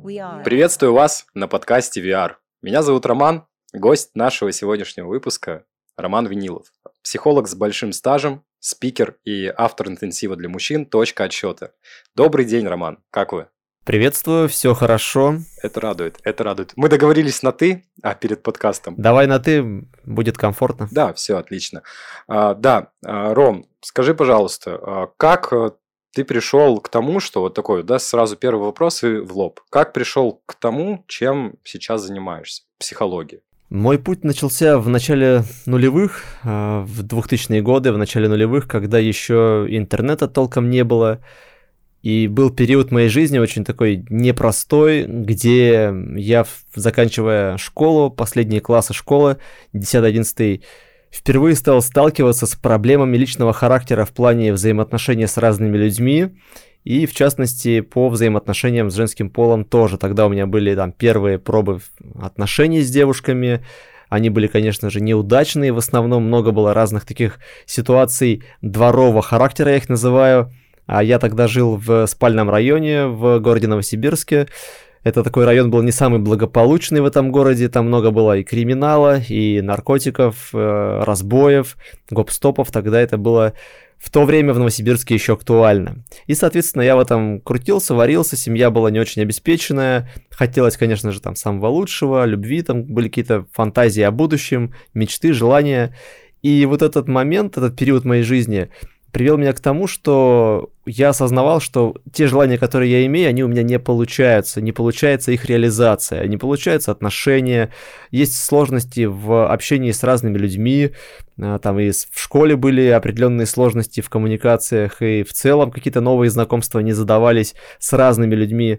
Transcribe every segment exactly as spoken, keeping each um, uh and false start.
Приветствую вас на подкасте ви ар. Меня зовут Роман, гость нашего сегодняшнего выпуска Роман Винилов. Психолог с большим стажем, спикер и автор интенсива для мужчин «Точка отсчета». Добрый день, Роман, как вы? Приветствую, все хорошо. Это радует, это радует. Мы договорились на «ты», а перед подкастом. Давай на «ты», будет комфортно. Да, все отлично. А, да, а, Ром, скажи, пожалуйста, а как ты пришел к тому, что вот такой, да, сразу первый вопрос и в лоб. Как пришел к тому, чем сейчас занимаешься? Психология. Мой путь начался в начале нулевых, в двухтысячные годы, в начале нулевых, когда еще интернета толком не было. И был период моей жизни очень такой непростой, где я, заканчивая школу, последние классы школы, десятый-одиннадцатый, впервые стал сталкиваться с проблемами личного характера в плане взаимоотношений с разными людьми, и в частности по взаимоотношениям с женским полом тоже. Тогда у меня были там первые пробы отношений с девушками, они были, конечно же, неудачные, в основном много было разных таких ситуаций дворового характера, я их называю. А я тогда жил в спальном районе в городе Новосибирске. Это такой район был не самый благополучный в этом городе, там много было и криминала, и наркотиков, разбоев, гоп-стопов, тогда это было в то время в Новосибирске еще актуально. И, соответственно, я в этом крутился, варился, семья была не очень обеспеченная, хотелось, конечно же, там самого лучшего, любви, там были какие-то фантазии о будущем, мечты, желания. И вот этот момент, этот период моей жизни привел меня к тому, что я осознавал, что те желания, которые я имею, они у меня не получаются, не получается их реализация, не получаются отношения, есть сложности в общении с разными людьми, там и в школе были определенные сложности в коммуникациях, и в целом какие-то новые знакомства не задавались с разными людьми,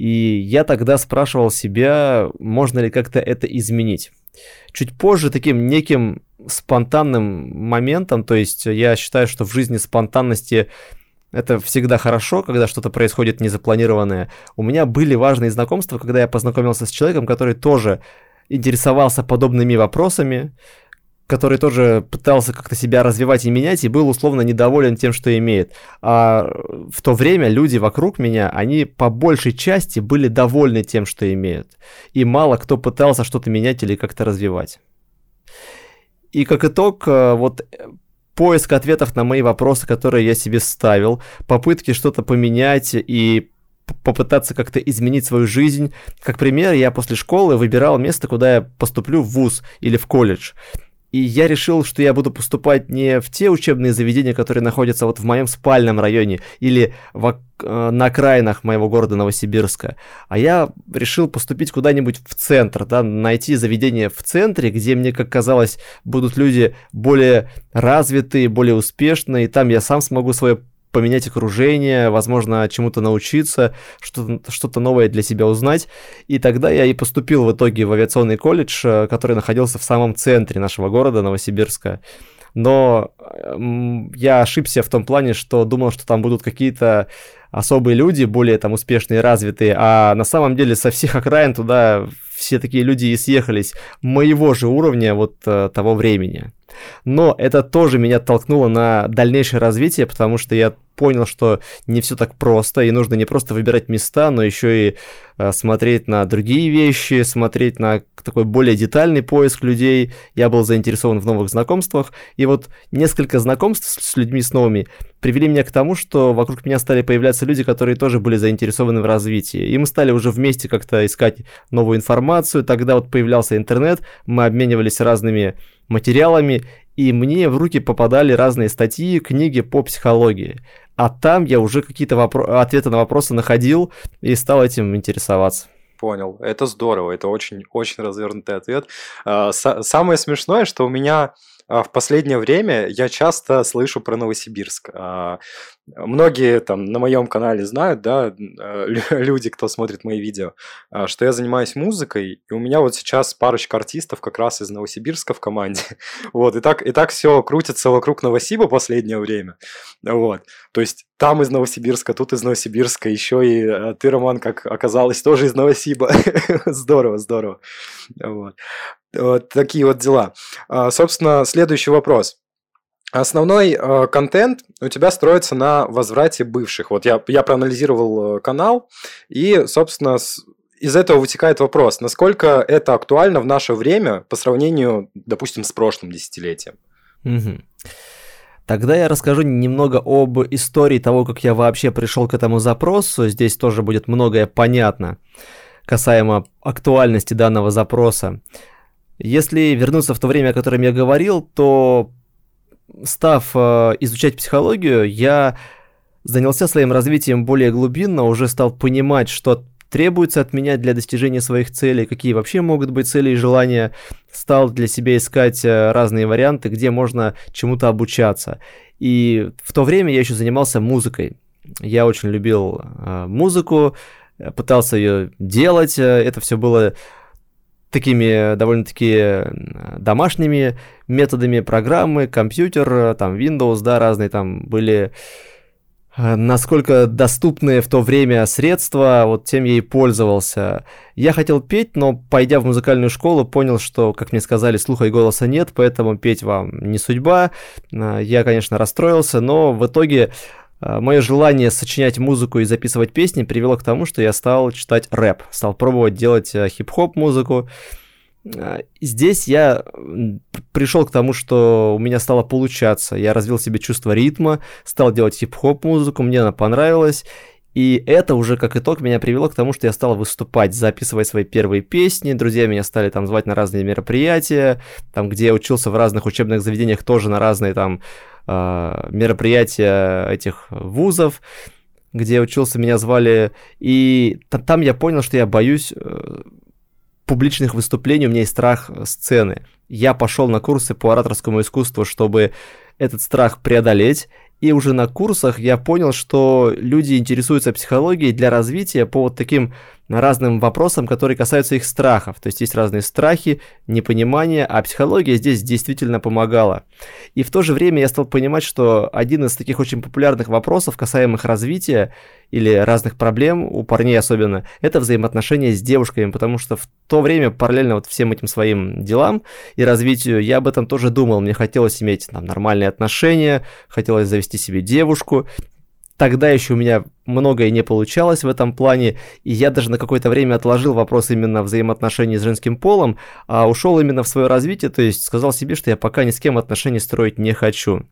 и я тогда спрашивал себя, можно ли как-то это изменить. Чуть позже таким неким спонтанным моментом, то есть я считаю, что в жизни спонтанности это всегда хорошо, когда что-то происходит незапланированное. У меня были важные знакомства, когда я познакомился с человеком, который тоже интересовался подобными вопросами, который тоже пытался как-то себя развивать и менять, и был условно недоволен тем, что имеет. А в то время люди вокруг меня, они по большей части были довольны тем, что имеют. И мало кто пытался что-то менять или как-то развивать. И как итог, вот поиск ответов на мои вопросы, которые я себе ставил, попытки что-то поменять и попытаться как-то изменить свою жизнь. Как пример, я после школы выбирал место, куда я поступлю в вуз или в колледж. И я решил, что я буду поступать не в те учебные заведения, которые находятся вот в моем спальном районе или в, э, на окраинах моего города Новосибирска, а я решил поступить куда-нибудь в центр, да, найти заведение в центре, где, мне как казалось, будут люди более развитые, более успешные, и там я сам смогу свое поменять окружение, возможно, чему-то научиться, что-то, что-то новое для себя узнать. И тогда я и поступил в итоге в авиационный колледж, который находился в самом центре нашего города, Новосибирска. Но я ошибся в том плане, что думал, что там будут какие-то особые люди, более там успешные, развитые, а на самом деле со всех окраин туда все такие люди и съехались моего же уровня вот того времени. Но это тоже меня толкнуло на дальнейшее развитие, потому что я понял, что не все так просто, и нужно не просто выбирать места, но еще и э, смотреть на другие вещи, смотреть на такой более детальный поиск людей. Я был заинтересован в новых знакомствах, и вот несколько знакомств с людьми с новыми привели меня к тому, что вокруг меня стали появляться люди, которые тоже были заинтересованы в развитии. И мы стали уже вместе как-то искать новую информацию. Тогда вот появлялся интернет, мы обменивались разными материалами, и мне в руки попадали разные статьи, книги по психологии. А там я уже какие-то вопро- ответы на вопросы находил и стал этим интересоваться. Понял, это здорово, это очень-очень развернутый ответ. Самое смешное, что у меня в последнее время я часто слышу про Новосибирск. Многие там на моем канале знают, да, люди, кто смотрит мои видео, что я занимаюсь музыкой, и у меня вот сейчас парочка артистов как раз из Новосибирска в команде. Вот, и так, и так все крутится вокруг Новосиба последнее время. Вот, то есть там из Новосибирска, тут из Новосибирска, еще и ты, Роман, как оказалось, тоже из Новосиба. Здорово, здорово. Вот. Вот такие вот дела. Собственно, следующий вопрос. Основной э, контент у тебя строится на возврате бывших. Вот я, я проанализировал канал, и, собственно, с, из этого вытекает вопрос, насколько это актуально в наше время по сравнению, допустим, с прошлым десятилетием? Угу. Тогда я расскажу немного об истории того, как я вообще пришел к этому запросу. Здесь тоже будет многое понятно касаемо актуальности данного запроса. Если вернуться в то время, о котором я говорил, то, став э, изучать психологию, я занялся своим развитием более глубинно, уже стал понимать, что требуется от меня для достижения своих целей, какие вообще могут быть цели и желания, стал для себя искать разные варианты, где можно чему-то обучаться. И в то время я еще занимался музыкой. Я очень любил музыку, пытался ее делать, это все было такими довольно-таки домашними методами, программы, компьютер, там Windows, да, разные там были... Насколько доступные в то время средства, вот тем я и пользовался. Я хотел петь, но, пойдя в музыкальную школу, понял, что, как мне сказали, слуха и голоса нет, поэтому петь вам не судьба. Я, конечно, расстроился, но в итоге мое желание сочинять музыку и записывать песни привело к тому, что я стал читать рэп, стал пробовать делать хип-хоп музыку. Здесь я пришел к тому, что у меня стало получаться. Я развил в себе чувство ритма, стал делать хип-хоп музыку, мне она понравилась. И это уже как итог меня привело к тому, что я стал выступать, записывать свои первые песни. Друзья меня стали там звать на разные мероприятия, там, где я учился в разных учебных заведениях, тоже на разные там мероприятия этих вузов, где я учился, меня звали. И там я понял, что я боюсь публичных выступлений, у меня есть страх сцены. Я пошел на курсы по ораторскому искусству, чтобы этот страх преодолеть, и уже на курсах я понял, что люди интересуются психологией для развития по вот таким разным вопросам, которые касаются их страхов. То есть есть разные страхи, непонимание, а психология здесь действительно помогала. И в то же время я стал понимать, что один из таких очень популярных вопросов, касаемых развития или разных проблем, у парней особенно, это взаимоотношения с девушками, потому что в то время параллельно вот всем этим своим делам и развитию я об этом тоже думал. Мне хотелось иметь там нормальные отношения, хотелось завести себе девушку. Тогда еще у меня многое не получалось в этом плане, и я даже на какое-то время отложил вопрос именно взаимоотношений с женским полом, а ушел именно в свое развитие, то есть сказал себе, что я пока ни с кем отношения строить не хочу.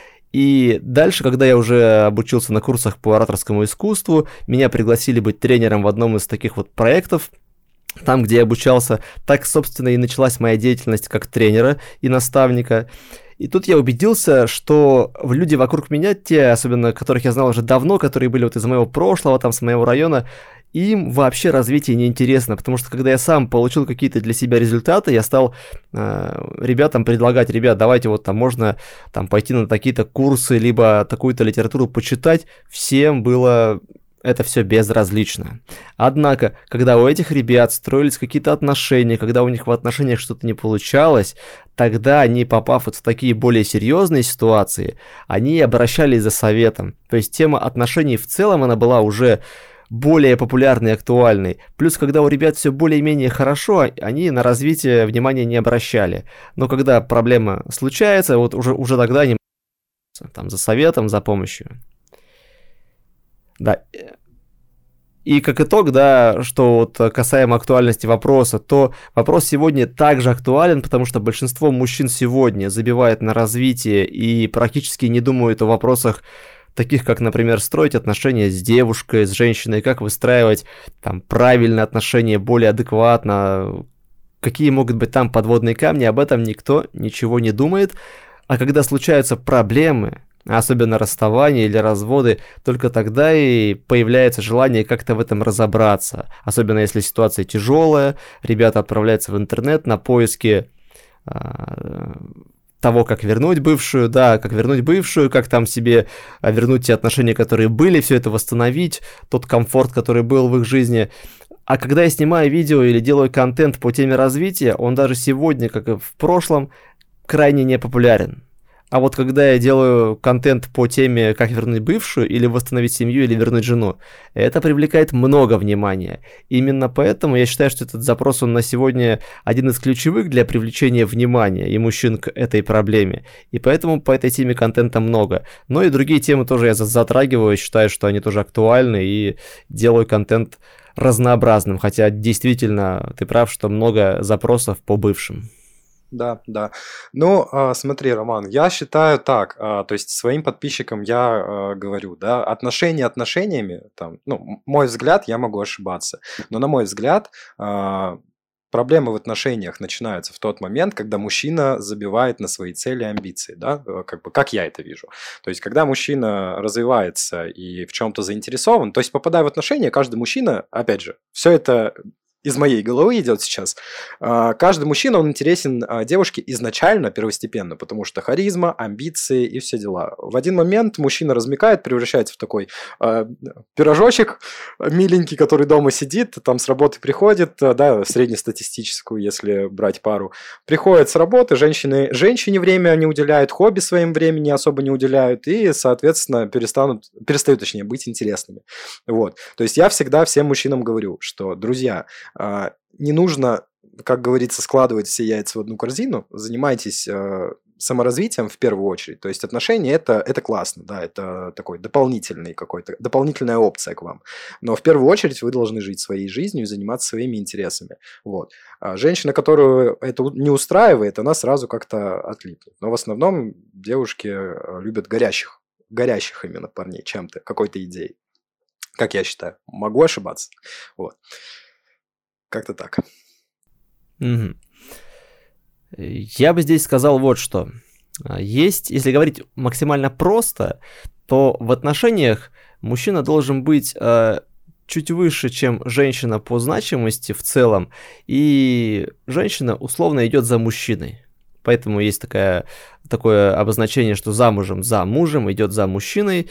И дальше, когда я уже обучился на курсах по ораторскому искусству, меня пригласили быть тренером в одном из таких вот проектов, там, где я обучался. Так, собственно, и началась моя деятельность как тренера и наставника. И тут я убедился, что люди вокруг меня, те, особенно которых я знал уже давно, которые были вот из моего прошлого, там, с моего района, им вообще развитие не интересно, потому что когда я сам получил какие-то для себя результаты, я стал э, ребятам предлагать: ребят, давайте вот там можно там пойти на такие-то курсы, либо такую-то литературу почитать. Всем было это все безразлично. Однако, когда у этих ребят строились какие-то отношения, когда у них в отношениях что-то не получалось, тогда они, попав вот в такие более серьезные ситуации, они обращались за советом. То есть тема отношений в целом, она была уже более популярной и актуальной. Плюс, когда у ребят все более-менее хорошо, они на развитие внимания не обращали. Но когда проблема случается, вот уже, уже тогда они там за советом, за помощью. Да. И как итог, да, что вот касаемо актуальности вопроса, то вопрос сегодня также актуален, потому что большинство мужчин сегодня забивает на развитие и практически не думают о вопросах таких, как, например, строить отношения с девушкой, с женщиной, как выстраивать там правильные отношения, более адекватно, какие могут быть там подводные камни, об этом никто ничего не думает. А когда случаются проблемы, особенно расставания или разводы, только тогда и появляется желание как-то в этом разобраться. Особенно если ситуация тяжелая, ребята отправляются в интернет на поиски а, того, как вернуть бывшую, да, как вернуть бывшую, как там себе вернуть те отношения, которые были, все это восстановить, тот комфорт, который был в их жизни. А когда я снимаю видео или делаю контент по теме развития, он даже сегодня, как и в прошлом, крайне непопулярен. А вот когда я делаю контент по теме «Как вернуть бывшую» или «Восстановить семью» или «Вернуть жену», это привлекает много внимания. Именно поэтому я считаю, что этот запрос, он на сегодня один из ключевых для привлечения внимания и мужчин к этой проблеме. И поэтому по этой теме контента много. Но и другие темы тоже я затрагиваю, считаю, что они тоже актуальны, и делаю контент разнообразным. Хотя действительно, ты прав, что много запросов по бывшим. Да, да. Ну, а, смотри, Роман, я считаю так, а, то есть своим подписчикам я а, говорю, да, отношения отношениями, там, ну, м- мой взгляд, я могу ошибаться, но на мой взгляд, а, проблемы в отношениях начинаются в тот момент, когда мужчина забивает на свои цели и амбиции, да, э, как бы, как я это вижу. То есть, когда мужчина развивается и в чем-то заинтересован, то есть, попадая в отношения, каждый мужчина, опять же, все это из моей головы идет сейчас. А, Каждый мужчина, он интересен а, девушке изначально, первостепенно, потому что харизма, амбиции и все дела. В один момент мужчина размякает, превращается в такой а, пирожочек миленький, который дома сидит, там с работы приходит, а, да, среднестатистическую, если брать пару, приходит с работы, женщины, женщине время не уделяют, хобби своим времени особо не уделяют и, соответственно, перестанут, перестают, точнее, быть интересными. Вот. То есть я всегда всем мужчинам говорю, что, друзья, а, не нужно, как говорится, складывать все яйца в одну корзину, занимайтесь э, саморазвитием в первую очередь. То есть отношения это, это классно, да, это такой дополнительный какой-то, дополнительная опция к вам. Но в первую очередь вы должны жить своей жизнью и заниматься своими интересами. Вот. А женщина, которую это у- не устраивает, она сразу как-то отлипнет. Но в основном девушки э, любят горящих, горящих именно парней чем-то, какой-то идеей. Как я считаю. Могу ошибаться. Вот. Как-то так. Мгм. Я бы здесь сказал вот что. А, Есть, если говорить максимально просто, то в отношениях мужчина должен быть э, чуть выше, чем женщина по значимости в целом, и женщина условно идет за мужчиной. Поэтому есть такая, такое обозначение, что замужем за мужем идет за мужчиной.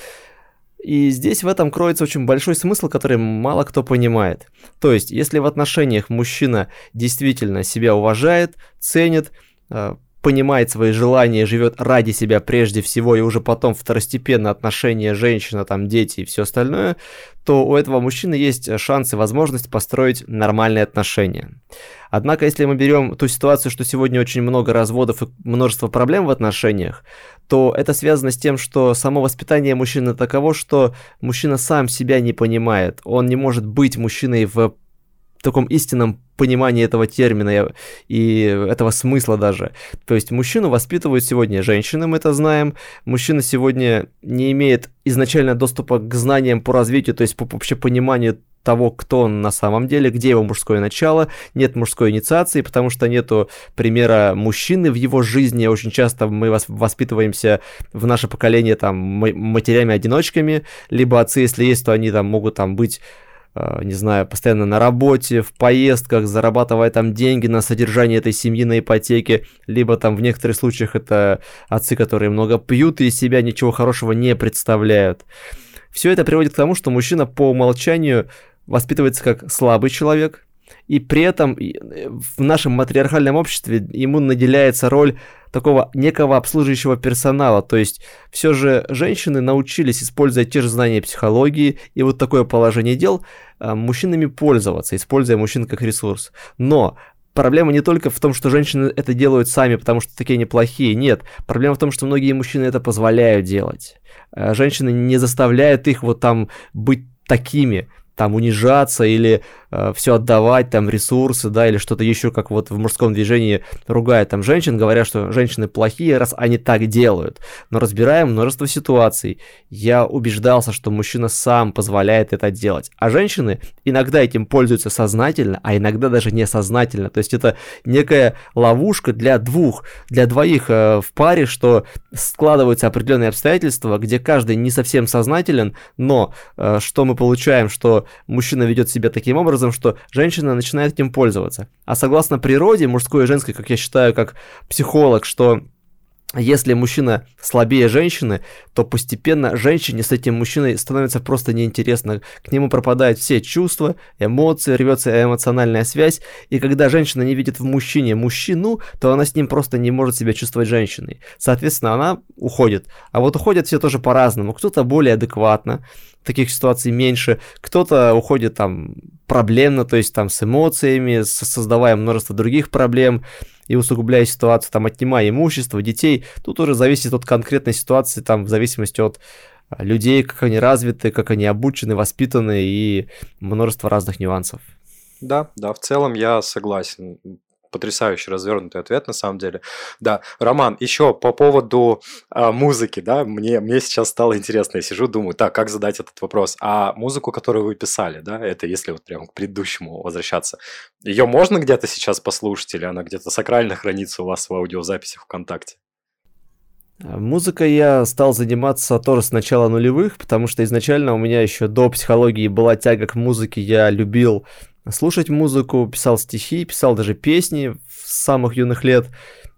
И здесь в этом кроется очень большой смысл, который мало кто понимает. То есть, если в отношениях мужчина действительно себя уважает, ценит, э, понимает свои желания, живет ради себя прежде всего, и уже потом второстепенно отношения женщина, там, дети и все остальное, то у этого мужчины есть шанс и возможность построить нормальные отношения. Однако, если мы берем ту ситуацию, что сегодня очень много разводов и множество проблем в отношениях, то это связано с тем, что само воспитание мужчины таково, что мужчина сам себя не понимает. Он не может быть мужчиной в таком истинном понимании этого термина и этого смысла даже. То есть мужчину воспитывают сегодня женщины, мы это знаем. Мужчина сегодня не имеет изначально доступа к знаниям по развитию, то есть по вообще пониманию того, кто он на самом деле, где его мужское начало, нет мужской инициации, потому что нету примера мужчины в его жизни. Очень часто мы воспитываемся в наше поколение там матерями-одиночками, либо отцы, если есть, то они там могут там быть, не знаю, постоянно на работе, в поездках, зарабатывая там деньги на содержание этой семьи, на ипотеке, либо там в некоторых случаях это отцы, которые много пьют и из себя ничего хорошего не представляют. Все это приводит к тому, что мужчина по умолчанию воспитывается как слабый человек, и при этом в нашем матриархальном обществе ему наделяется роль такого некого обслуживающего персонала. То есть все же женщины научились, используя те же знания психологии и вот такое положение дел, мужчинами пользоваться, используя мужчин как ресурс. Но проблема не только в том, что женщины это делают сами, потому что такие неплохие. Нет, проблема в том, что многие мужчины это позволяют делать. Женщины не заставляют их вот там быть такими, там унижаться или э, все отдавать, там ресурсы, да, или что-то еще, как вот в мужском движении ругают там женщин, говоря, что женщины плохие, раз они так делают. Но разбирая множество ситуаций, я убеждался, что мужчина сам позволяет это делать. А женщины иногда этим пользуются сознательно, а иногда даже несознательно. То есть это некая ловушка для двух, для двоих э, в паре, что складываются определенные обстоятельства, где каждый не совсем сознателен, но э, что мы получаем, что мужчина ведет себя таким образом, что женщина начинает этим пользоваться. А согласно природе, мужской и женской, как я считаю, как психолог, что Если мужчина слабее женщины, то постепенно женщине с этим мужчиной становится просто неинтересно. К нему пропадают все чувства, эмоции, рвется эмоциональная связь. И когда женщина не видит в мужчине мужчину, то она с ним просто не может себя чувствовать женщиной. Соответственно, она уходит. А вот уходят все тоже по-разному. Кто-то более адекватно, таких ситуаций меньше. Кто-то уходит там проблемно, то есть там с эмоциями, создавая множество других проблем и усугубляя ситуацию, там, отнимая имущество, детей. Тут уже зависит от конкретной ситуации, там, в зависимости от людей, как они развиты, как они обучены, воспитаны и множество разных нюансов. Да, да, в целом я согласен. Потрясающий развернутый ответ, на самом деле. Да, Роман, еще по поводу а, музыки, да, мне, мне сейчас стало интересно, я сижу, думаю, так, как задать этот вопрос. А музыку, которую вы писали, да, это если вот прям к предыдущему возвращаться, ее можно где-то сейчас послушать, или она где-то сакрально хранится у вас в аудиозаписи ВКонтакте? Музыкой я стал заниматься тоже с начала нулевых, потому что изначально у меня еще до психологии была тяга к музыке, я любил слушать музыку, писал стихи, писал даже песни с самых юных лет.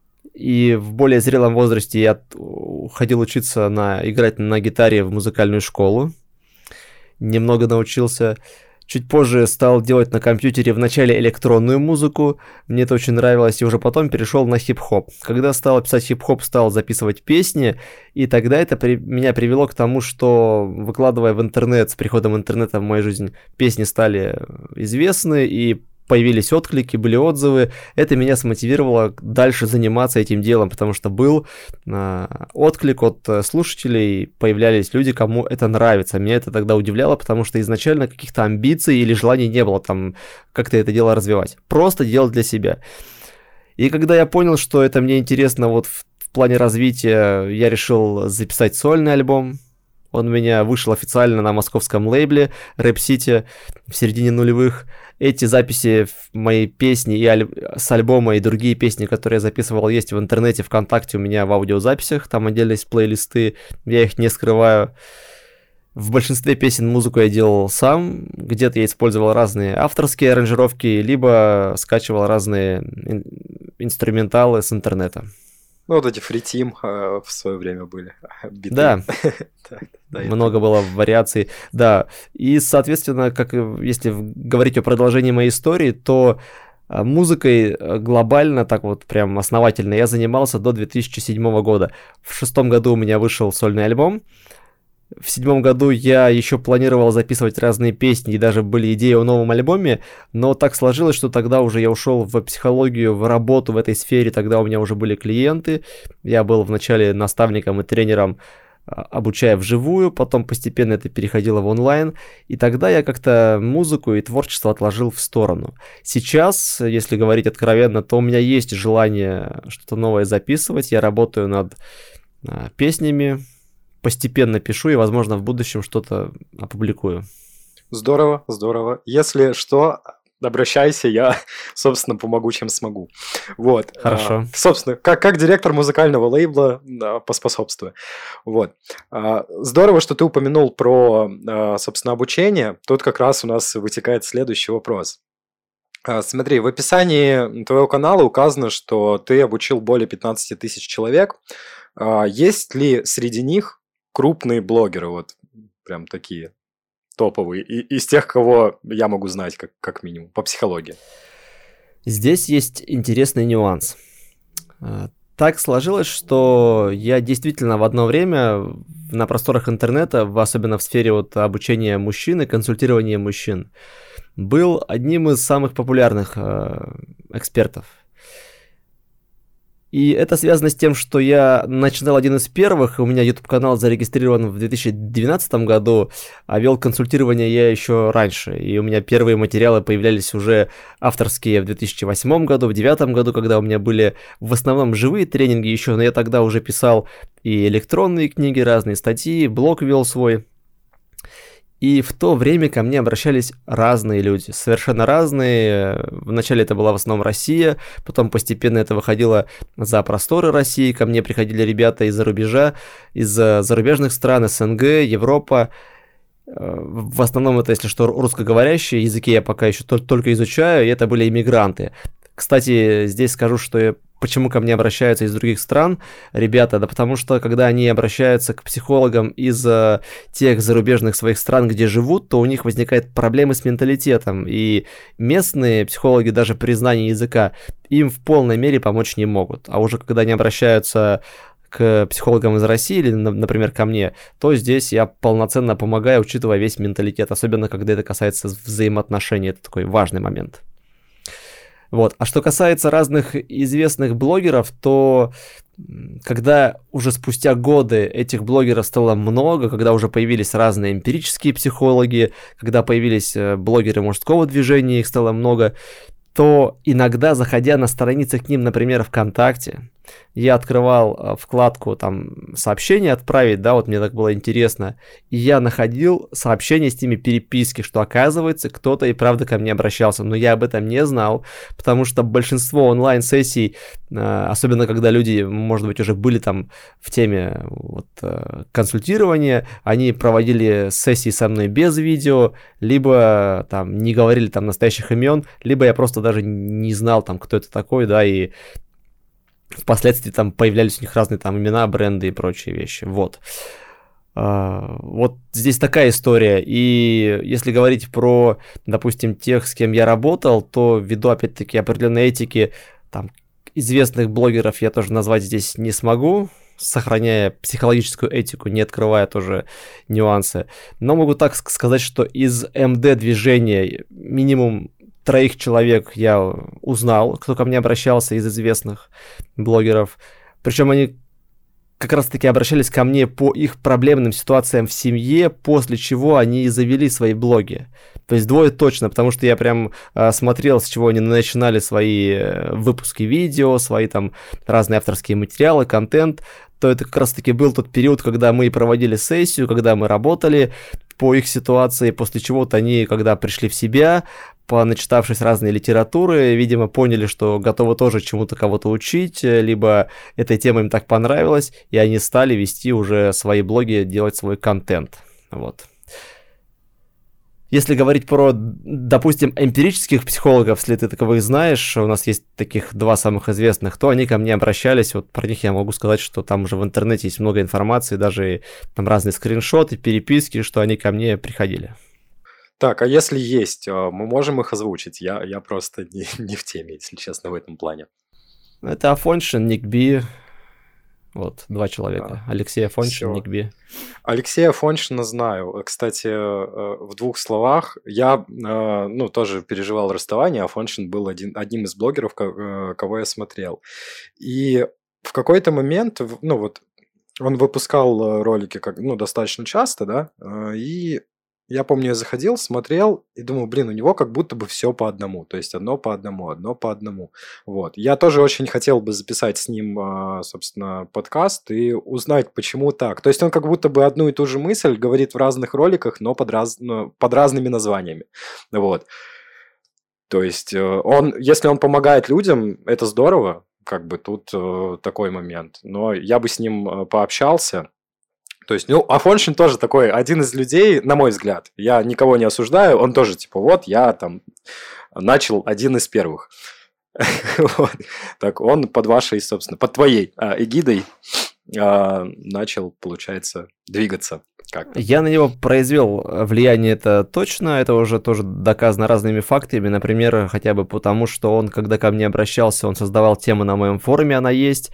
И в более зрелом возрасте я ходил учиться на, играть на гитаре в музыкальную школу. Немного научился. Чуть позже стал делать на компьютере вначале электронную музыку, мне это очень нравилось, и уже потом перешел на хип-хоп. Когда стал писать хип-хоп, стал записывать песни, и тогда это при... меня привело к тому, что, выкладывая в интернет, с приходом интернета в мою жизнь, песни стали известны, и появились отклики, были отзывы. Это меня смотивировало дальше заниматься этим делом, потому что был э, отклик от слушателей, появлялись люди, кому это нравится. Меня это тогда удивляло, потому что изначально каких-то амбиций или желаний не было там как-то это дело развивать. Просто делать для себя. И когда я понял, что это мне интересно вот в, в плане развития, я решил записать сольный альбом. Он у меня вышел официально на московском лейбле Rap City в середине нулевых. Эти записи моей песни и аль... с альбома и другие песни, которые я записывал, есть в интернете, ВКонтакте у меня в аудиозаписях. Там отдельно есть плейлисты, я их не скрываю. В большинстве песен музыку я делал сам. Где-то я использовал разные авторские аранжировки, либо скачивал разные инструменталы с интернета. Ну, вот эти фритим э, в свое время были. Биты. Да, да, да много было вариаций. Да, и, соответственно, как если говорить о продолжении моей истории, то музыкой глобально, так вот прям основательно, я занимался до две тысячи седьмого года. В шестом году у меня вышел сольный альбом. В седьмом году я еще планировал записывать разные песни, и даже были идеи о новом альбоме, но так сложилось, что тогда уже я ушел в психологию, в работу в этой сфере, тогда у меня уже были клиенты, я был вначале наставником и тренером, обучая вживую, потом постепенно это переходило в онлайн, и тогда я как-то музыку и творчество отложил в сторону. Сейчас, если говорить откровенно, то у меня есть желание что-то новое записывать, я работаю над песнями, постепенно пишу и, возможно, в будущем что-то опубликую. Здорово, здорово. Если что, обращайся, я, собственно, помогу, чем смогу. Вот. Хорошо. А, собственно, как, как директор музыкального лейбла да, поспособствую. Вот. А, здорово, что ты упомянул про, а, собственно, обучение. Тут как раз у нас вытекает следующий вопрос. А, смотри, в описании твоего канала указано, что ты обучил более пятнадцать тысяч человек. А, есть ли среди них крупные блогеры, вот прям такие топовые, и, из тех, кого я могу знать, как, как минимум, по психологии? Здесь есть интересный нюанс. Так сложилось, что я действительно в одно время на просторах интернета, особенно в сфере вот обучения мужчин и консультирования мужчин, был одним из самых популярных экспертов. И это связано с тем, что я начинал один из первых, у меня YouTube-канал зарегистрирован в две тысячи двенадцатом году, а вел консультирование я еще раньше, и у меня первые материалы появлялись уже авторские в две тысячи восьмом году, в две тысячи девятом году, когда у меня были в основном живые тренинги еще, но я тогда уже писал и электронные книги, разные статьи, блог вел свой. И в то время ко мне обращались разные люди, совершенно разные. Вначале это была в основном Россия, потом постепенно это выходило за просторы России. Ко мне приходили ребята из-за рубежа, из зарубежных стран, СНГ, Европа. В основном это, если что, русскоговорящие языки я пока еще только изучаю, и это были иммигранты. Кстати, здесь скажу, что я, почему ко мне обращаются из других стран ребята, да потому что, когда они обращаются к психологам из э, тех зарубежных своих стран, где живут, то у них возникают проблемы с менталитетом, и местные психологи даже при знании языка им в полной мере помочь не могут. А уже когда они обращаются к психологам из России или, например, ко мне, то здесь я полноценно помогаю, учитывая весь менталитет, особенно когда это касается взаимоотношений, это такой важный момент. Вот. А что касается разных известных блогеров, то когда уже спустя годы этих блогеров стало много, когда уже появились разные эмпирические психологи, когда появились блогеры мужского движения, их стало много, то иногда, заходя на страницы к ним, например, ВКонтакте, я открывал вкладку там сообщения отправить, да, вот мне так было интересно, и я находил сообщения с ними, переписки, что оказывается кто-то и правда ко мне обращался, но я об этом не знал, потому что большинство онлайн-сессий, особенно когда люди, может быть, уже были там в теме вот, консультирования, они проводили сессии со мной без видео, либо там не говорили там настоящих имен, либо я просто даже не знал там, кто это такой, да, и впоследствии там появлялись у них разные там имена, бренды и прочие вещи. Вот. Вот здесь такая история. И если говорить про, допустим, тех, с кем я работал, то ввиду, опять-таки, определенной этики, там, известных блогеров я тоже назвать здесь не смогу, сохраняя психологическую этику, не открывая тоже нюансы. Но могу так сказать, что из эм дэ-движения минимум троих человек я узнал, кто ко мне обращался из известных блогеров. Причем они как раз-таки обращались ко мне по их проблемным ситуациям в семье, после чего они и завели свои блоги. То есть двое точно, потому что я прям э, смотрел, с чего они начинали свои э, выпуски видео, свои там разные авторские материалы, контент. То это как раз-таки был тот период, когда мы проводили сессию, когда мы работали по их ситуации, после чего-то они, когда пришли в себя, поначитавшись разной литературы, видимо, поняли, что готовы тоже чему-то кого-то учить, либо эта тема им так понравилась, и они стали вести уже свои блоги, делать свой контент. Вот. Если говорить про, допустим, эмпирических психологов, если ты таковых знаешь, у нас есть таких два самых известных, то они ко мне обращались, вот про них я могу сказать, что там уже в интернете есть много информации, даже там разные скриншоты, переписки, что они ко мне приходили. Так, а если есть, мы можем их озвучить? Я, я просто не, не в теме, если честно, в этом плане. Это Афоншин, Ник Би. Вот, два человека. А, Алексей Афоншин, Ник Би. Алексея Афоншина знаю. Кстати, в двух словах, я ну, тоже переживал расставание. Афоншин был один, одним из блогеров, кого я смотрел. И в какой-то момент, ну вот, он выпускал ролики как, ну, достаточно часто, да, и... Я помню, я заходил, смотрел и думал, блин, у него как будто бы все по одному. То есть одно по одному, одно по одному. Вот. Я тоже очень хотел бы записать с ним, собственно, подкаст и узнать, почему так. То есть он как будто бы одну и ту же мысль говорит в разных роликах, но под, раз... под разными названиями. Вот. То есть он, если он помогает людям, это здорово. Как бы тут такой момент. Но я бы с ним пообщался. То есть, ну, Афоншин тоже такой, один из людей, на мой взгляд, я никого не осуждаю, он тоже, типа, вот, я там начал один из первых. Вот. Так, он под вашей, собственно, под твоей а, эгидой а, начал, получается, двигаться. Как-то. Я на него произвел влияние, это точно, это уже тоже доказано разными фактами, например, хотя бы потому, что он, когда ко мне обращался, он создавал тему на моем форуме, она есть,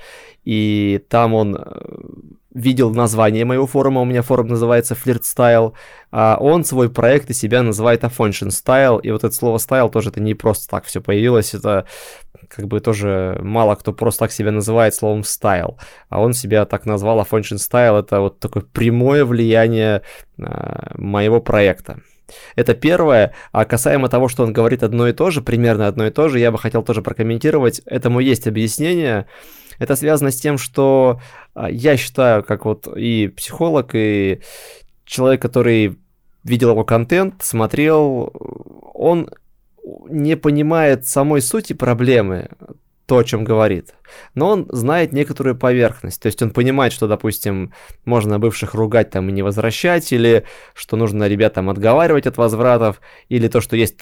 и там он видел название моего форума, у меня форум называется Flirt Style, а он свой проект и себя называет Афоншин Style, и вот это слово Style тоже это не просто так все появилось, это как бы тоже мало кто просто так себя называет словом Style, а он себя так назвал, Афоншин Style, это вот такое прямое влияние а, моего проекта. Это первое. А касаемо того, что он говорит одно и то же, примерно одно и то же, я бы хотел тоже прокомментировать. Этому есть объяснение. Это связано с тем, что я считаю, как вот и психолог, и человек, который видел его контент, смотрел, он не понимает самой сути проблемы, то, о чем говорит, но он знает некоторую поверхность, то есть он понимает, что, допустим, можно бывших ругать там и не возвращать, или что нужно ребятам отговаривать от возвратов, или то, что есть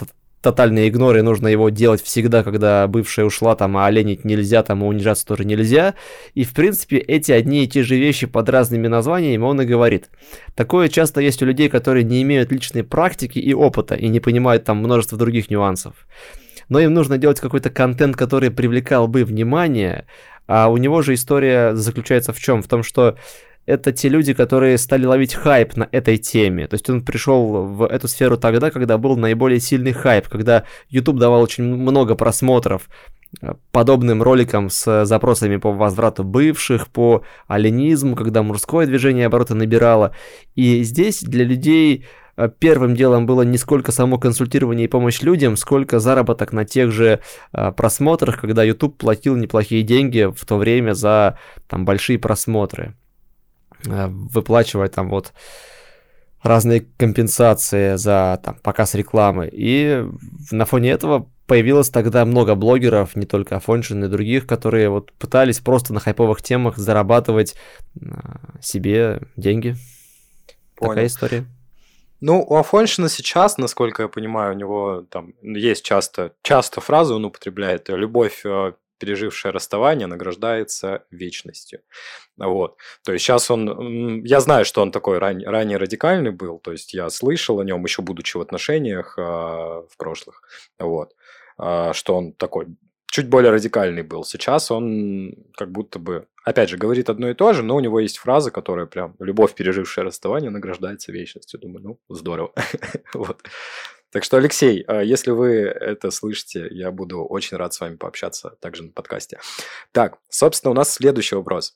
тотальный игнор, и нужно его делать всегда, когда бывшая ушла, там, а оленить нельзя, там, а унижаться тоже нельзя. И, в принципе, эти одни и те же вещи под разными названиями он и говорит. Такое часто есть у людей, которые не имеют личной практики и опыта, и не понимают там множество других нюансов. Но им нужно делать какой-то контент, который привлекал бы внимание, а у него же история заключается в чем? В том, что это те люди, которые стали ловить хайп на этой теме. То есть он пришел в эту сферу тогда, когда был наиболее сильный хайп, когда YouTube давал очень много просмотров подобным роликам с запросами по возврату бывших, по оленизму, когда мужское движение обороты набирало. И здесь для людей первым делом было не сколько само консультирование и помощь людям, сколько заработок на тех же просмотрах, когда YouTube платил неплохие деньги в то время за там большие просмотры, выплачивая там вот разные компенсации за там показ рекламы. И на фоне этого появилось тогда много блогеров, не только Афоншин и других, которые вот пытались просто на хайповых темах зарабатывать себе деньги. Понял. Такая история. Ну, у Афоншина сейчас, насколько я понимаю, у него там есть часто, часто фразу он употребляет: «Любовь, пережившая расставание, награждается вечностью». Вот. То есть сейчас он... Я знаю, что он такой ран... ранее радикальный был, то есть я слышал о нем, еще будучи в отношениях а, в прошлых, вот, а, что он такой чуть более радикальный был. Сейчас он как будто бы, опять же, говорит одно и то же, но у него есть фраза, которая прям: «Любовь, пережившая расставание, награждается вечностью». Думаю, ну, здорово. Вот. Так что, Алексей, если вы это слышите, я буду очень рад с вами пообщаться также на подкасте. Так, собственно, у нас следующий вопрос.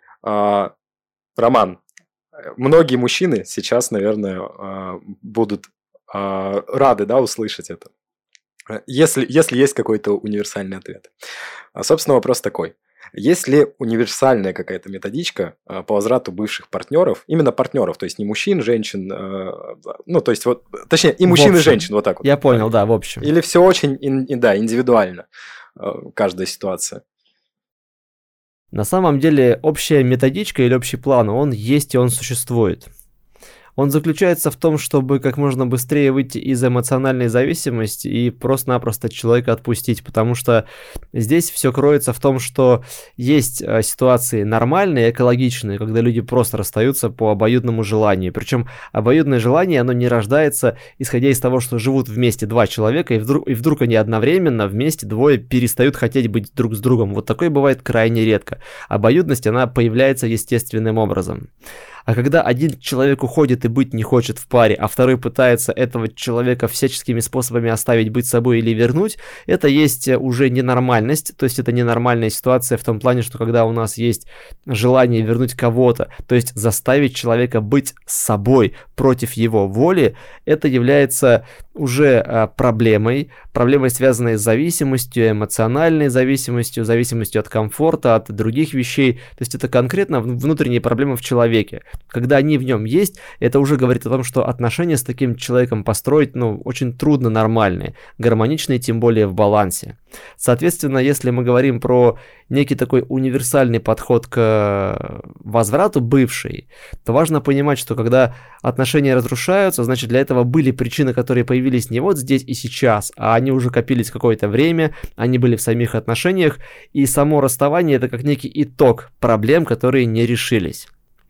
Роман, многие мужчины сейчас, наверное, будут рады, да, услышать это, если, если есть какой-то универсальный ответ. Собственно, вопрос такой. Есть ли универсальная какая-то методичка по возврату бывших партнеров, именно партнеров, то есть не мужчин, женщин, ну, то есть вот, точнее, и мужчин, и женщин, вот так вот. Я понял, да, в общем. Или все очень, да, индивидуально, каждая ситуация? На самом деле, общая методичка или общий план, он есть и он существует. Он заключается в том, чтобы как можно быстрее выйти из эмоциональной зависимости и просто-напросто человека отпустить, потому что здесь все кроется в том, что есть ситуации нормальные, экологичные, когда люди просто расстаются по обоюдному желанию. Причем обоюдное желание, оно не рождается, исходя из того, что живут вместе два человека, и вдруг, и вдруг они одновременно вместе двое перестают хотеть быть друг с другом. Вот такое бывает крайне редко. Обоюдность, она появляется естественным образом. А когда один человек уходит и быть не хочет в паре, а второй пытается этого человека всяческими способами оставить быть собой или вернуть, это есть уже ненормальность, то есть это ненормальная ситуация в том плане, что когда у нас есть желание вернуть кого-то, то есть заставить человека быть собой против его воли, это является уже а, проблемой, проблемой, связанной с зависимостью, эмоциональной зависимостью, зависимостью от комфорта, от других вещей, то есть это конкретно внутренние проблемы в человеке. Когда они в нем есть, это уже говорит о том, что отношения с таким человеком построить, ну, очень трудно нормальные, гармоничные, тем более в балансе. Соответственно, если мы говорим про некий такой универсальный подход к возврату бывшей, то важно понимать, что когда отношения разрушаются, значит, для этого были причины, которые появились не вот здесь и сейчас, а они уже копились какое-то время, они были в самих отношениях, и само расставание — это как некий итог проблем, которые не решились.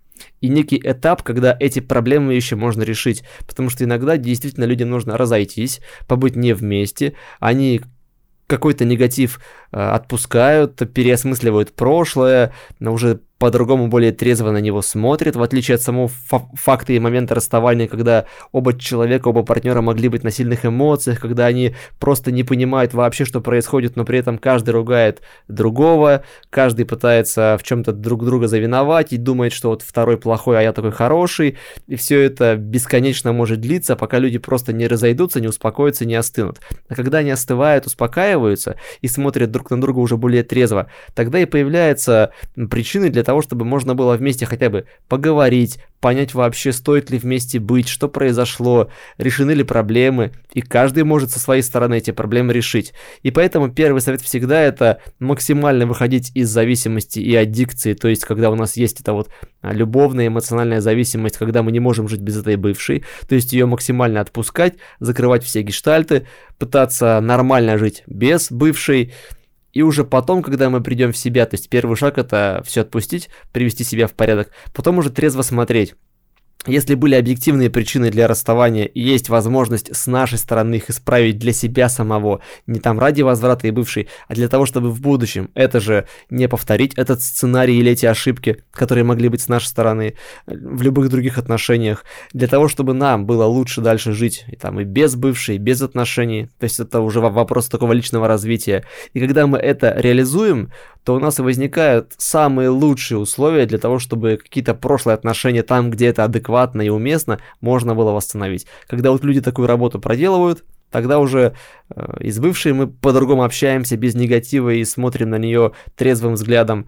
И некий этап, когда эти проблемы еще можно решить, потому что иногда действительно людям нужно разойтись, побыть не вместе, они какой-то негатив э, отпускают, переосмысливают прошлое, но уже по-другому, более трезво на него смотрят, в отличие от самого фа- факта и момента расставания, когда оба человека, оба партнера могли быть на сильных эмоциях, когда они просто не понимают вообще, что происходит, но при этом каждый ругает другого, каждый пытается в чем-то друг друга завиновать и думает, что вот второй плохой, а я такой хороший, и все это бесконечно может длиться, пока люди просто не разойдутся, не успокоятся, не остынут. А когда они остывают, успокаиваются и смотрят друг на друга уже более трезво, тогда и появляются причины для того, чтобы можно было вместе хотя бы поговорить, понять вообще, стоит ли вместе быть, что произошло, решены ли проблемы, и каждый может со своей стороны эти проблемы решить. И поэтому первый совет всегда это максимально выходить из зависимости и аддикции, то есть когда у нас есть эта вот любовная эмоциональная зависимость, когда мы не можем жить без этой бывшей, то есть ее максимально отпускать, закрывать все гештальты, пытаться нормально жить без бывшей. И уже потом, когда мы придем в себя, то есть первый шаг это все отпустить, привести себя в порядок, потом уже трезво смотреть. Если были объективные причины для расставания и есть возможность с нашей стороны их исправить для себя самого, не там ради возврата и бывшей, а для того, чтобы в будущем это же не повторить этот сценарий или эти ошибки, которые могли быть с нашей стороны в любых других отношениях, для того, чтобы нам было лучше дальше жить и там и без бывшей, и без отношений, то есть это уже вопрос такого личного развития. И когда мы это реализуем, то у нас и возникают самые лучшие условия для того, чтобы какие-то прошлые отношения там, где это адекватно и уместно, можно было восстановить. Когда вот люди такую работу проделывают, тогда уже э, и с бывшей мы по-другому общаемся без негатива и смотрим на нее трезвым взглядом.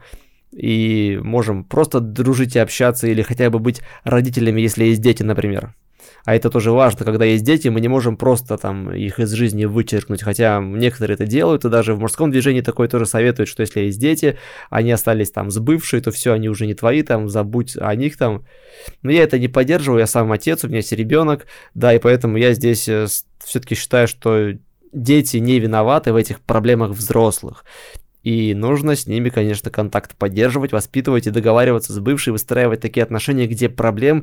И можем просто дружить и общаться или хотя бы быть родителями, если есть дети, например. А это тоже важно, когда есть дети, мы не можем просто там их из жизни вычеркнуть, хотя некоторые это делают, и даже в мужском движении такое тоже советуют, что если есть дети, они остались там с бывшей, то все, они уже не твои, там, забудь о них там. Но я это не поддерживаю, я сам отец, у меня есть ребенок, да, и поэтому я здесь все-таки считаю, что дети не виноваты в этих проблемах взрослых. И нужно с ними, конечно, контакт поддерживать, воспитывать и договариваться с бывшей, выстраивать такие отношения, где проблем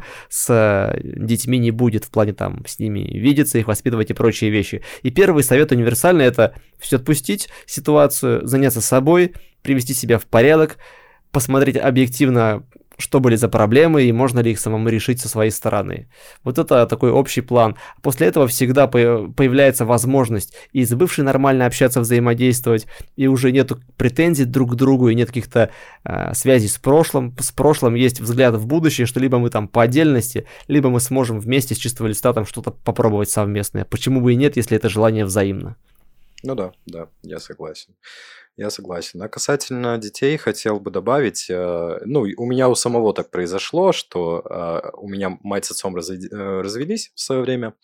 с детьми не будет в плане там с ними видеться, их воспитывать и прочие вещи. И первый совет универсальный – это все отпустить ситуацию, заняться собой, привести себя в порядок, посмотреть объективно, что были за проблемы и можно ли их самому решить со своей стороны. Вот это такой общий план. После этого всегда появляется возможность и с бывшей нормально общаться, взаимодействовать, и уже нету претензий друг к другу, и нет каких-то э, связей с прошлым. С прошлым есть взгляд в будущее, что либо мы там по отдельности, либо мы сможем вместе с чистого листа там что-то попробовать совместное. Почему бы и нет, если это желание взаимно? Ну да, да, я согласен. Я согласен. А касательно детей хотел бы добавить, э, ну, у меня у самого так произошло, что э, у меня мать с отцом разойди- э, развелись в свое время.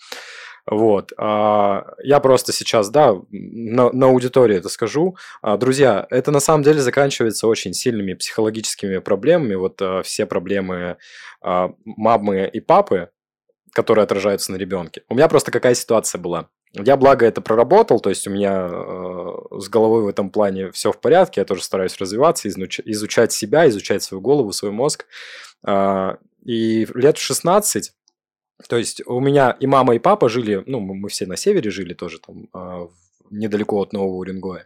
Вот. А я просто сейчас, да, на, на аудитории это скажу. А, друзья, это на самом деле заканчивается очень сильными психологическими проблемами. Вот а, все проблемы а, мамы и папы, которые отражаются на ребенке. У меня просто какая ситуация была. Я, благо, это проработал, то есть у меня э, с головой в этом плане все в порядке, я тоже стараюсь развиваться, изуч- изучать себя, изучать свою голову, свой мозг. Э, и лет в шестнадцать, то есть у меня и мама, и папа жили, ну, мы все на севере жили тоже, там, э, недалеко от Нового Уренгоя.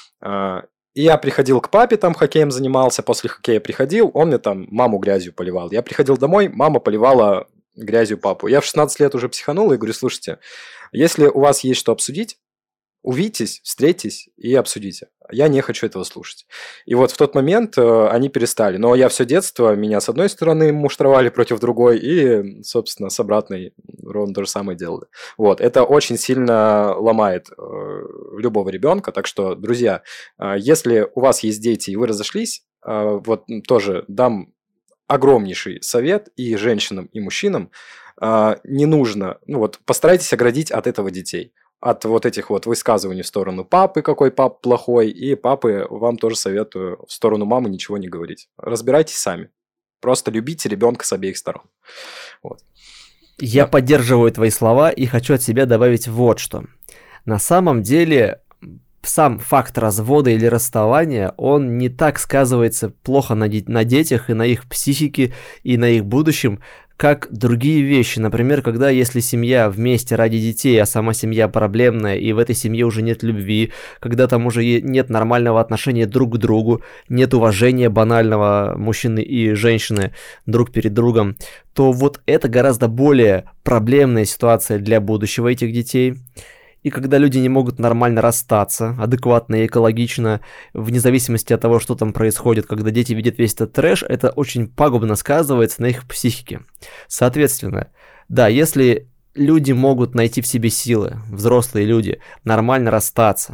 Э, и я приходил к папе, там хоккеем занимался, после хоккея приходил, он мне там маму грязью поливал. Я приходил домой, мама поливала грязью папу. Я в шестнадцать лет уже психанул и говорю, слушайте, если у вас есть что обсудить, увидитесь, встретитесь и обсудите. Я не хочу этого слушать. И вот в тот момент э, они перестали. Но я все детство, меня с одной стороны муштровали против другой, и, собственно, с обратной ровно то же самое делали. Вот. Это очень сильно ломает э, любого ребенка. Так что, друзья, э, если у вас есть дети и вы разошлись, э, вот тоже дам огромнейший совет и женщинам, и мужчинам. Э, не нужно, ну вот, постарайтесь оградить от этого детей. От вот этих вот высказываний в сторону папы, какой папа плохой, и папы вам тоже советую в сторону мамы ничего не говорить. Разбирайтесь сами. Просто любите ребенка с обеих сторон. Вот. Я Да. поддерживаю твои слова и хочу от себя добавить вот что. На самом деле, сам факт развода или расставания, он не так сказывается плохо на, де- на детях и на их психике и на их будущем, как другие вещи. Например, когда если семья вместе ради детей, а сама семья проблемная, и в этой семье уже нет любви, когда там уже нет нормального отношения друг к другу, нет уважения банального мужчины и женщины друг перед другом, то вот это гораздо более проблемная ситуация для будущего этих детей. И когда люди не могут нормально расстаться, адекватно и экологично, вне зависимости от того, что там происходит, когда дети видят весь этот трэш, это очень пагубно сказывается на их психике. Соответственно, да, если люди могут найти в себе силы, взрослые люди, нормально расстаться,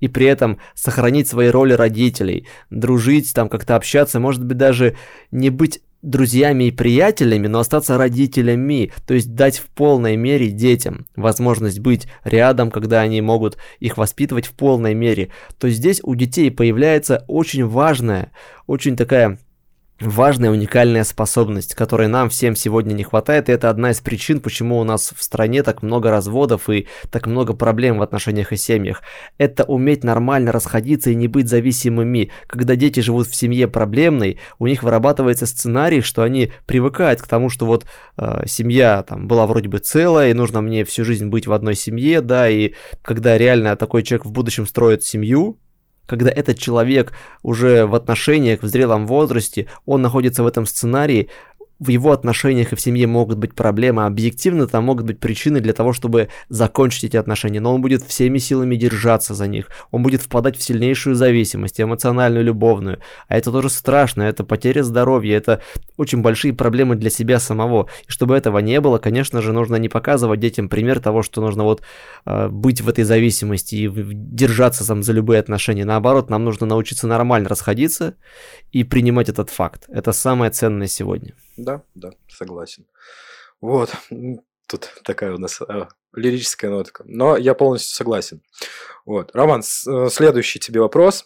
и при этом сохранить свои роли родителей, дружить, там как-то общаться, может быть, даже не быть друзьями и приятелями, но остаться родителями, то есть дать в полной мере детям возможность быть рядом, когда они могут их воспитывать в полной мере. То есть здесь у детей появляется очень важная, очень такая важная уникальная способность, которой нам всем сегодня не хватает, и это одна из причин, почему у нас в стране так много разводов и так много проблем в отношениях и семьях. Это уметь нормально расходиться и не быть зависимыми. Когда дети живут в семье проблемной, у них вырабатывается сценарий, что они привыкают к тому, что вот э, семья там была вроде бы целая, и нужно мне всю жизнь быть в одной семье, да, и когда реально такой человек в будущем строит семью, когда этот человек уже в отношениях, в зрелом возрасте, он находится в этом сценарии, в его отношениях и в семье могут быть проблемы, объективно там могут быть причины для того, чтобы закончить эти отношения, но он будет всеми силами держаться за них, он будет впадать в сильнейшую зависимость, эмоциональную, любовную, а это тоже страшно, это потеря здоровья, это очень большие проблемы для себя самого, и чтобы этого не было, конечно же, нужно не показывать детям пример того, что нужно вот э, быть в этой зависимости и держаться там за любые отношения, наоборот, нам нужно научиться нормально расходиться и принимать этот факт, это самое ценное сегодня. Да, да, согласен. Вот, тут такая у нас э, лирическая нотка, но я полностью согласен. Вот, Роман, с- следующий тебе вопрос.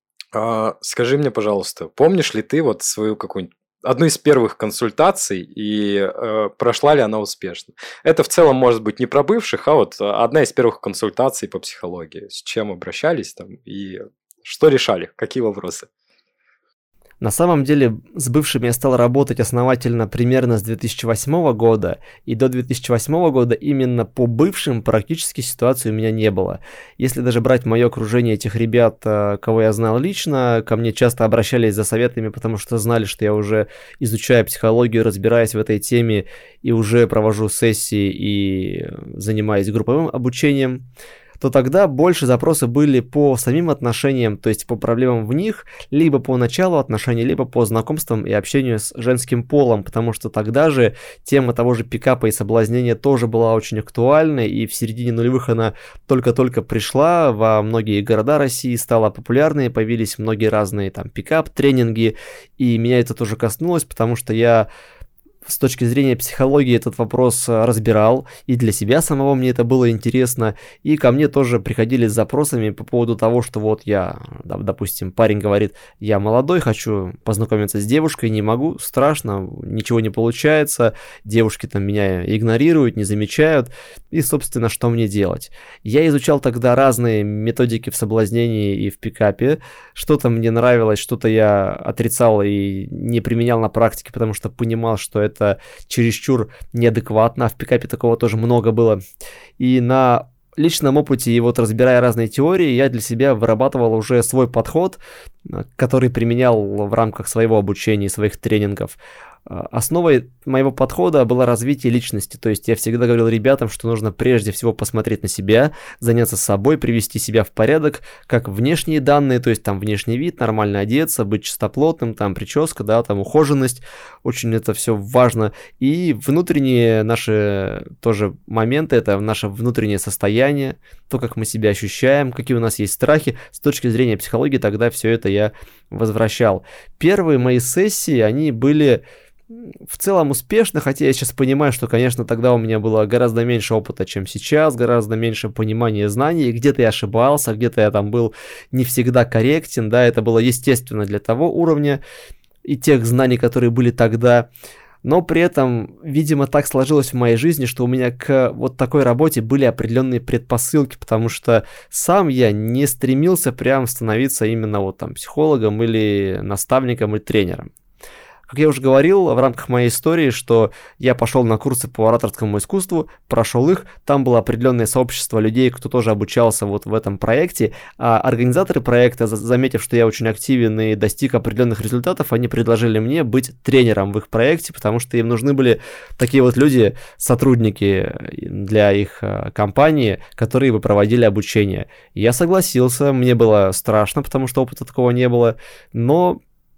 А, скажи мне, пожалуйста, помнишь ли ты вот свою какую-нибудь одну из первых консультаций и э, прошла ли она успешно? Это в целом может быть не про бывших, а вот одна из первых консультаций по психологии. С чем обращались там и что решали? Какие вопросы? На самом деле, с бывшими я стал работать основательно примерно с две тысячи восьмого года, и до две тысячи восьмого года именно по бывшим практически ситуации у меня не было. Если даже брать мое окружение этих ребят, кого я знал лично, ко мне часто обращались за советами, потому что знали, что я уже изучаю психологию, разбираюсь в этой теме и уже провожу сессии и занимаюсь групповым обучением, то тогда больше запросы были по самим отношениям, то есть по проблемам в них, либо по началу отношений, либо по знакомствам и общению с женским полом, потому что тогда же тема того же пикапа и соблазнения тоже была очень актуальной, и в середине нулевых она только-только пришла во многие города России, стала популярной, появились многие разные там пикап-тренинги, и меня это тоже коснулось, потому что я с точки зрения психологии этот вопрос разбирал, и для себя самого мне это было интересно, и ко мне тоже приходили с запросами по поводу того, что вот я, допустим, парень говорит, я молодой, хочу познакомиться с девушкой, не могу, страшно, ничего не получается, девушки там меня игнорируют, не замечают, и, собственно, что мне делать? Я изучал тогда разные методики в соблазнении и в пикапе, что-то мне нравилось, что-то я отрицал и не применял на практике, потому что понимал, что это это чересчур неадекватно, а в пикапе такого тоже много было. И на личном опыте, и вот разбирая разные теории, я для себя вырабатывал уже свой подход, который применял в рамках своего обучения и своих тренингов. Основой моего подхода было развитие личности, то есть я всегда говорил ребятам, что нужно прежде всего посмотреть на себя, заняться собой, привести себя в порядок, как внешние данные, то есть там внешний вид, нормально одеться, быть чистоплотным, там прическа, да, там ухоженность, очень это все важно, и внутренние наши тоже моменты, это наше внутреннее состояние, то, как мы себя ощущаем, какие у нас есть страхи, с точки зрения психологии тогда все это я возвращал. Первые мои сессии, они были в целом успешно, хотя я сейчас понимаю, что, конечно, тогда у меня было гораздо меньше опыта, чем сейчас, гораздо меньше понимания знаний, где-то я ошибался, где-то я там был не всегда корректен, да, это было естественно для того уровня и тех знаний, которые были тогда, но при этом, видимо, так сложилось в моей жизни, что у меня к вот такой работе были определенные предпосылки, потому что сам я не стремился прям становиться именно вот там психологом или наставником или тренером. Как я уже говорил в рамках моей истории, что я пошел на курсы по ораторскому искусству, прошел их, там было определенное сообщество людей, кто тоже обучался вот в этом проекте, а организаторы проекта, заметив, что я очень активен и достиг определенных результатов, они предложили мне быть тренером в их проекте, потому что им нужны были такие вот люди, сотрудники для их компании, которые бы проводили обучение. Я согласился, мне было страшно, потому что опыта такого не было, но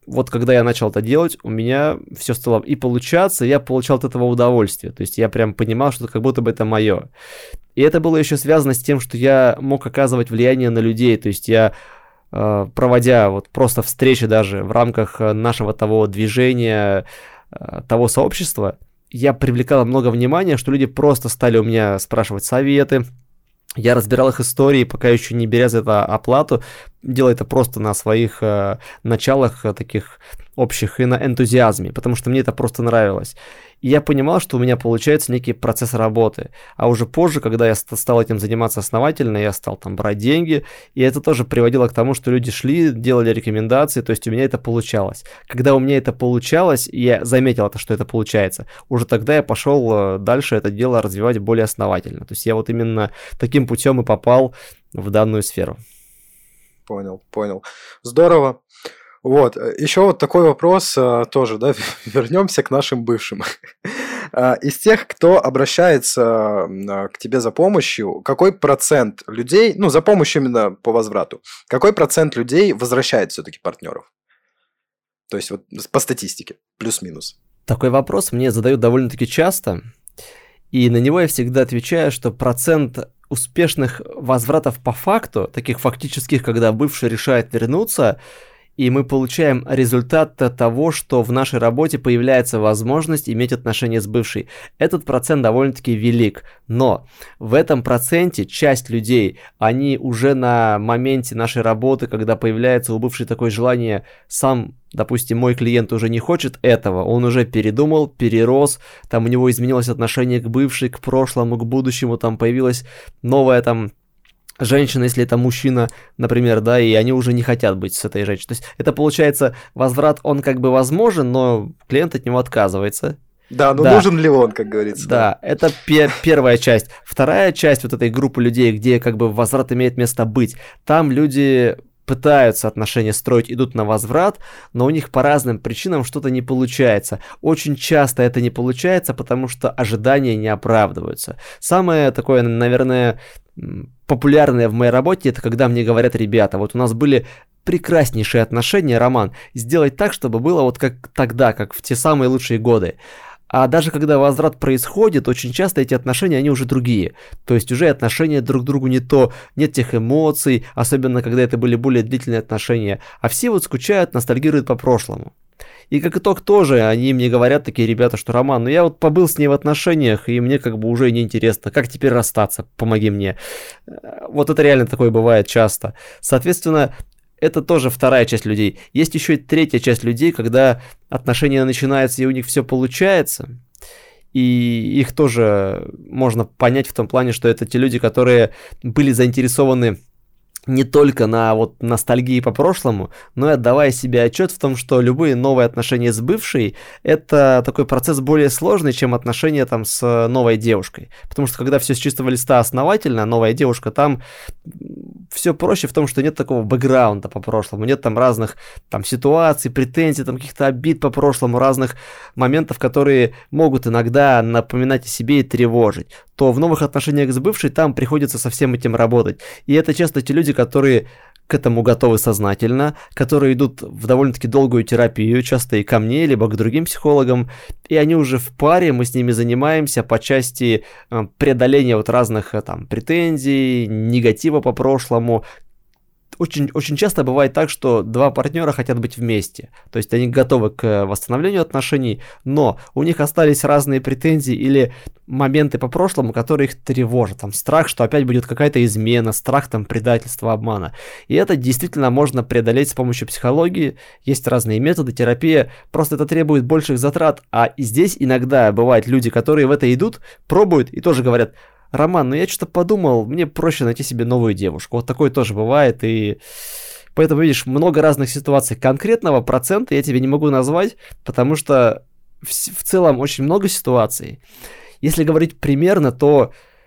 вот когда я начал это делать, у меня все стало и получаться, и я получал от этого удовольствие. То есть я прям понимал, что как будто бы это мое. И это было еще связано с тем, что я мог оказывать влияние на людей. То есть я, проводя вот просто встречи даже в рамках нашего того движения, того сообщества, я привлекал много внимания, что люди просто стали у меня спрашивать советы. Я разбирал их истории, пока еще не беря за это оплату, делая это просто на своих э, началах э, таких общих и на энтузиазме, потому что мне это просто нравилось. И я понимал, что у меня получается некий процесс работы. А уже позже, когда я стал этим заниматься основательно, я стал там брать деньги, и это тоже приводило к тому, что люди шли, делали рекомендации, то есть у меня это получалось. Когда у меня это получалось, и я заметил это, что это получается, уже тогда я пошел дальше это дело развивать более основательно. То есть я вот именно таким путем и попал в данную сферу. Понял, понял. Здорово. Вот, еще вот такой вопрос тоже, да, вернемся к нашим бывшим. Из тех, кто обращается к тебе за помощью, какой процент людей, ну, за помощью именно по возврату, какой процент людей возвращает все-таки партнеров? То есть вот по статистике, плюс-минус. Такой вопрос мне задают довольно-таки часто, и на него я всегда отвечаю, что процент успешных возвратов по факту, таких фактических, когда бывший решает вернуться, и мы получаем результат того, что в нашей работе появляется возможность иметь отношения с бывшей. Этот процент довольно-таки велик, но в этом проценте часть людей, они уже на моменте нашей работы, когда появляется у бывшей такое желание, сам, допустим, мой клиент уже не хочет этого, он уже передумал, перерос, там у него изменилось отношение к бывшей, к прошлому, к будущему, там появилась новая там женщина, если это мужчина, например, да, и они уже не хотят быть с этой женщиной. То есть это получается, возврат, он как бы возможен, но клиент от него отказывается. Да, но да. Нужен ли он, как говорится. Да, да. Это пер- первая часть. Вторая часть вот этой группы людей, где как бы возврат имеет место быть, там люди пытаются отношения строить, идут на возврат, но у них по разным причинам что-то не получается. Очень часто это не получается, потому что ожидания не оправдываются. Самое такое, наверное, популярное в моей работе, это когда мне говорят: ребята, вот у нас были прекраснейшие отношения, Роман, сделать так, чтобы было вот как тогда, как в те самые лучшие годы. А даже когда возврат происходит, очень часто эти отношения, они уже другие. То есть уже отношения друг к другу не то, нет тех эмоций, особенно когда это были более длительные отношения. А все вот скучают, ностальгируют по прошлому. И как итог тоже, они мне говорят, такие ребята, что: Роман, ну я вот побыл с ней в отношениях, и мне как бы уже неинтересно, как теперь расстаться, помоги мне. Вот это реально такое бывает часто. Соответственно, это тоже вторая часть людей. Есть еще и третья часть людей, когда отношения начинаются и у них все получается. И их тоже можно понять в том плане, что это те люди, которые были заинтересованы не только на вот ностальгии по прошлому, но и отдавая себе отчет в том, что любые новые отношения с бывшей — это такой процесс более сложный, чем отношения там с новой девушкой. Потому что когда все с чистого листа основательно, новая девушка, там все проще в том, что нет такого бэкграунда по прошлому, нет там разных там ситуаций, претензий, там каких-то обид по прошлому, разных моментов, которые могут иногда напоминать о себе и тревожить. То в новых отношениях с бывшей там приходится со всем этим работать. И это часто те люди, которые к этому готовы сознательно, которые идут в довольно-таки долгую терапию, часто и ко мне, либо к другим психологам, и они уже в паре, мы с ними занимаемся по части преодоления вот разных там претензий, негатива по прошлому. Очень, очень часто бывает так, что два партнера хотят быть вместе, то есть они готовы к восстановлению отношений, но у них остались разные претензии или моменты по прошлому, которые их тревожат, там страх, что опять будет какая-то измена, страх там предательства, обмана, и это действительно можно преодолеть с помощью психологии, есть разные методы, терапия, просто это требует больших затрат, а здесь иногда бывают люди, которые в это идут, пробуют и тоже говорят: Роман, ну я что-то подумал, мне проще найти себе новую девушку. Вот такое тоже бывает, и поэтому, видишь, много разных ситуаций. Конкретного процента я тебе не могу назвать, потому что в, в целом очень много ситуаций. Если говорить примерно, то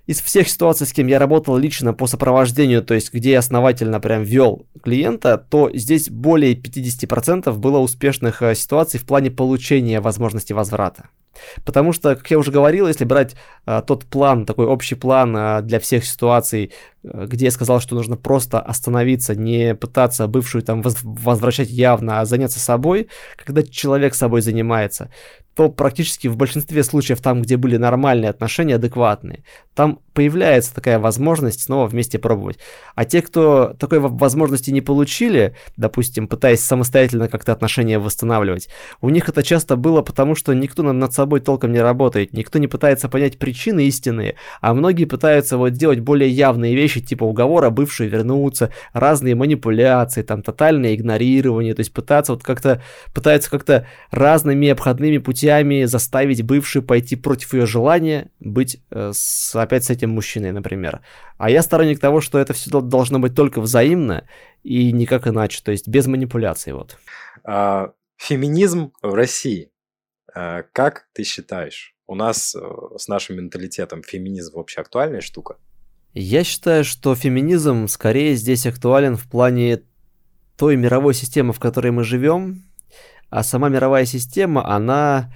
из всех ситуаций, с кем я работал лично по сопровождению, то есть где я основательно прям вел клиента, то здесь более пятьдесят процентов было успешных э, ситуаций в плане получения возможности возврата. Потому что, как я уже говорил, если брать а, тот план, такой общий план а, для всех ситуаций, а, где я сказал, что нужно просто остановиться, не пытаться бывшую там воз- возвращать явно, а заняться собой, когда человек собой занимается, то практически в большинстве случаев там, где были нормальные отношения, адекватные, там появляется такая возможность снова вместе пробовать. А те, кто такой возможности не получили, допустим, пытаясь самостоятельно как-то отношения восстанавливать, у них это часто было потому, что никто над собой толком не работает, никто не пытается понять причины истинные, а многие пытаются вот делать более явные вещи, типа уговора бывшие вернуться, разные манипуляции, там тотальное игнорирование, то есть пытаться вот как-то, пытаются как-то разными обходными путями заставить бывшую пойти против ее желания быть э, с, опять с этим мужчиной, например. А я сторонник того, что это все должно быть только взаимно и никак иначе, то есть без манипуляций. Вот. А, феминизм в России. А, как ты считаешь? У нас с нашим менталитетом феминизм вообще актуальная штука? Я считаю, что феминизм скорее здесь актуален в плане той мировой системы, в которой мы живем. А сама мировая система, она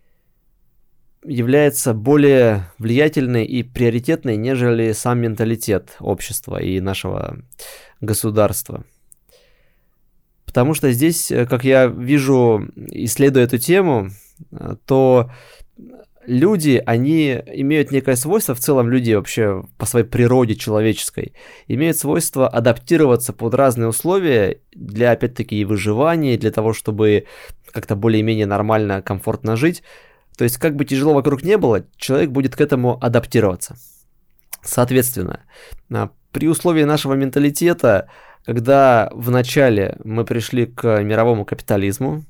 является более влиятельной и приоритетной, нежели сам менталитет общества и нашего государства. Потому что здесь, как я вижу, исследуя эту тему, то люди, они имеют некое свойство, в целом люди вообще по своей природе человеческой, имеют свойство адаптироваться под разные условия для, опять-таки, выживания, для того, чтобы как-то более-менее нормально, комфортно жить. То есть, как бы тяжело вокруг не было, человек будет к этому адаптироваться. Соответственно, при условии нашего менталитета, когда вначале мы пришли к мировому капитализму,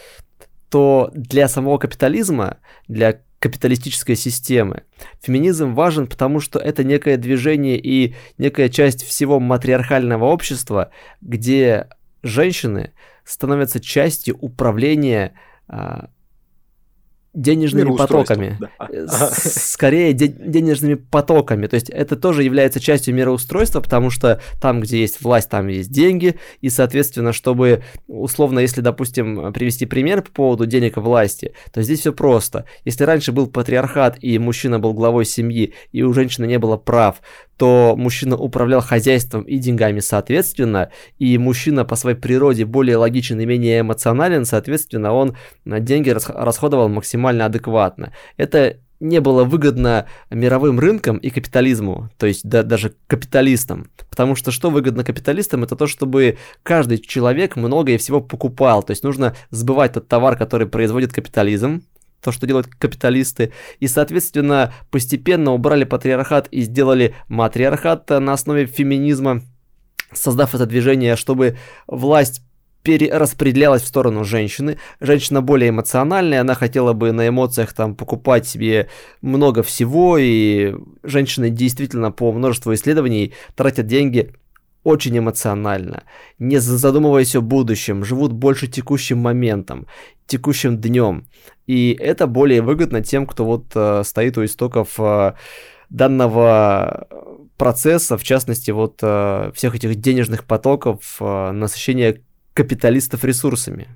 то для самого капитализма, для капиталистической системы, феминизм важен, потому что это некое движение и некая часть всего матриархального общества, где женщины становятся частью управления а, денежными потоками. Да. Скорее, де- денежными потоками. То есть это тоже является частью мироустройства, потому что там, где есть власть, там есть деньги. И, соответственно, чтобы, условно, если, допустим, привести пример по поводу денег и власти, то здесь все просто. Если раньше был патриархат, и мужчина был главой семьи, и у женщины не было прав, то мужчина управлял хозяйством и деньгами соответственно, и мужчина по своей природе более логичен и менее эмоционален, соответственно, он деньги расходовал максимально адекватно. Это не было выгодно мировым рынкам и капитализму, то есть да, даже капиталистам, потому что что выгодно капиталистам, это то, чтобы каждый человек много и всего покупал, то есть нужно сбывать тот товар, который производит капитализм, то, что делают капиталисты, и, соответственно, постепенно убрали патриархат и сделали матриархат на основе феминизма, создав это движение, чтобы власть перераспределялась в сторону женщины. Женщина более эмоциональная, она хотела бы на эмоциях там покупать себе много всего, и женщины действительно по множеству исследований тратят деньги очень эмоционально, не задумываясь о будущем, живут больше текущим моментом, текущим днем. И это более выгодно тем, кто вот э, стоит у истоков э, данного процесса, в частности, вот э, всех этих денежных потоков, э, насыщения капиталистов ресурсами.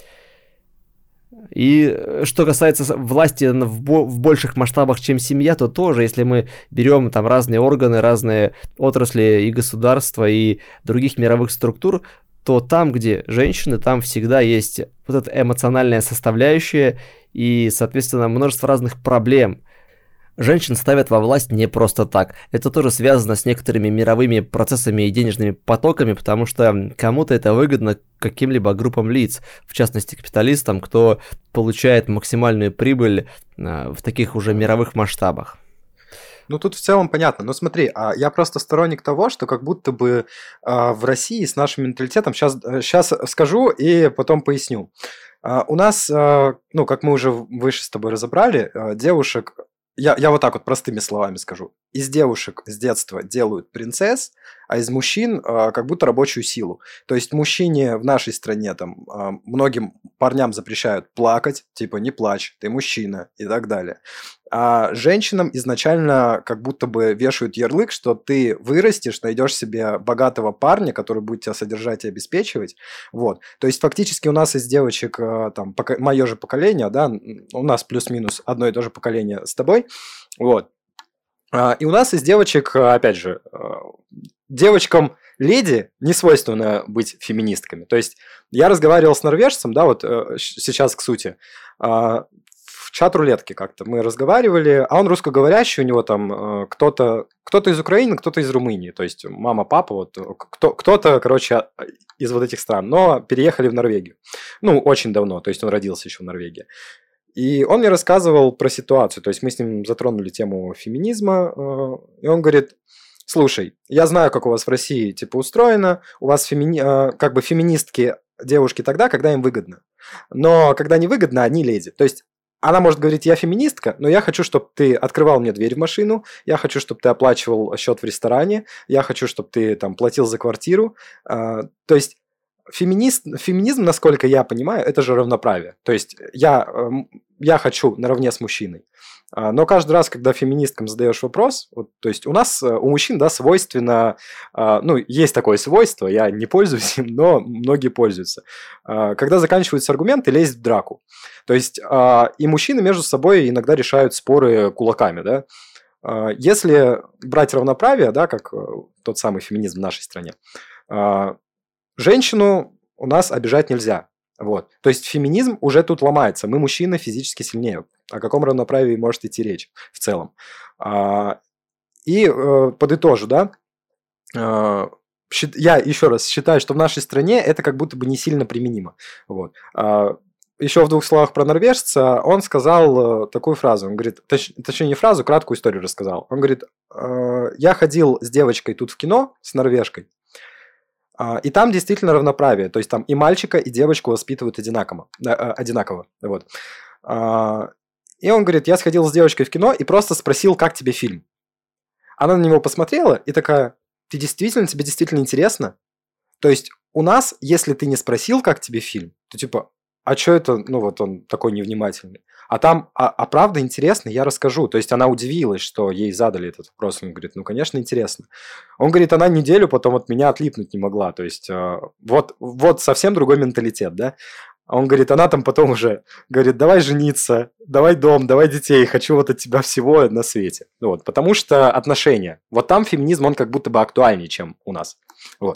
И что касается власти в, бо- в больших масштабах, чем семья, то тоже, если мы берем там разные органы, разные отрасли и государства, и других мировых структур, то там, где женщины, там всегда есть вот эта эмоциональная составляющая и, соответственно, множество разных проблем. Женщин ставят во власть не просто так. Это тоже связано с некоторыми мировыми процессами и денежными потоками, потому что кому-то это выгодно, каким-либо группам лиц, в частности капиталистам, кто получает максимальную прибыль в таких уже мировых масштабах. Ну, тут в целом понятно. Но смотри, а я просто сторонник того, что как будто бы а, в России с нашим менталитетом, сейчас, сейчас скажу и потом поясню. А, у нас, а, ну, как мы уже выше с тобой разобрали, а, девушек, я, я вот так вот простыми словами скажу, из девушек с детства делают принцесс, а из мужчин э, как будто рабочую силу. То есть мужчине в нашей стране там э, многим парням запрещают плакать, типа не плачь, ты мужчина и так далее. А женщинам изначально как будто бы вешают ярлык, что ты вырастешь, найдешь себе богатого парня, который будет тебя содержать и обеспечивать. Вот. То есть фактически у нас из девочек, там, мое же поколение, да, у нас плюс-минус одно и то же поколение с тобой, вот. И у нас из девочек, опять же, девочкам леди не свойственно быть феминистками. То есть я разговаривал с норвежцем, да, вот сейчас к сути, в чат-рулетке как-то мы разговаривали, а он русскоговорящий, у него там кто-то, кто-то из Украины, кто-то из Румынии, то есть мама, папа, вот кто, кто-то, короче, из вот этих стран, но переехали в Норвегию. Ну, очень давно, то есть он родился еще в Норвегии. И он мне рассказывал про ситуацию, то есть мы с ним затронули тему феминизма, и он говорит: слушай, я знаю, как у вас в России типа устроено, у вас фемини... как бы феминистки девушки тогда, когда им выгодно, но когда не выгодно, они леди, то есть она может говорить: я феминистка, но я хочу, чтобы ты открывал мне дверь в машину, я хочу, чтобы ты оплачивал счет в ресторане, я хочу, чтобы ты там платил за квартиру. То есть феминист, феминизм, насколько я понимаю, это же равноправие. То есть я, я хочу наравне с мужчиной. Но каждый раз, когда феминисткам задаешь вопрос, вот, то есть у нас, у мужчин, да, свойственно, ну, есть такое свойство, я не пользуюсь им, но многие пользуются. Когда заканчиваются аргументы, лезть в драку. То есть и мужчины между собой иногда решают споры кулаками, да. Если брать равноправие, да, как тот самый феминизм в нашей стране, женщину у нас обижать нельзя. Вот. То есть феминизм уже тут ломается. Мы, мужчины, физически сильнее. О каком равноправии может идти речь в целом? И подытожу, да, я еще раз считаю, что в нашей стране это как будто бы не сильно применимо. Вот. Еще в двух словах про норвежца, он сказал такую фразу, он говорит, точ, точнее не фразу, краткую историю рассказал. Он говорит: я ходил с девочкой тут в кино, с норвежкой, и там действительно равноправие, то есть там и мальчика, и девочку воспитывают одинаково. одинаково вот. И он говорит: я сходил с девочкой в кино и просто спросил, как тебе фильм. Она на него посмотрела и такая: ты действительно, тебе действительно интересно? То есть у нас, если ты не спросил, как тебе фильм, то типа, а что это, ну вот он такой невнимательный. А там, а, а правда интересно, я расскажу. То есть она удивилась, что ей задали этот вопрос. Он говорит: ну, конечно, интересно. Он говорит, она неделю потом от меня отлипнуть не могла. То есть э, вот, вот совсем другой менталитет, да. Он говорит, она там потом уже говорит: давай жениться, давай дом, давай детей, хочу вот от тебя всего на свете. Вот, потому что отношения. Вот там феминизм, он как будто бы актуальнее, чем у нас. Вот.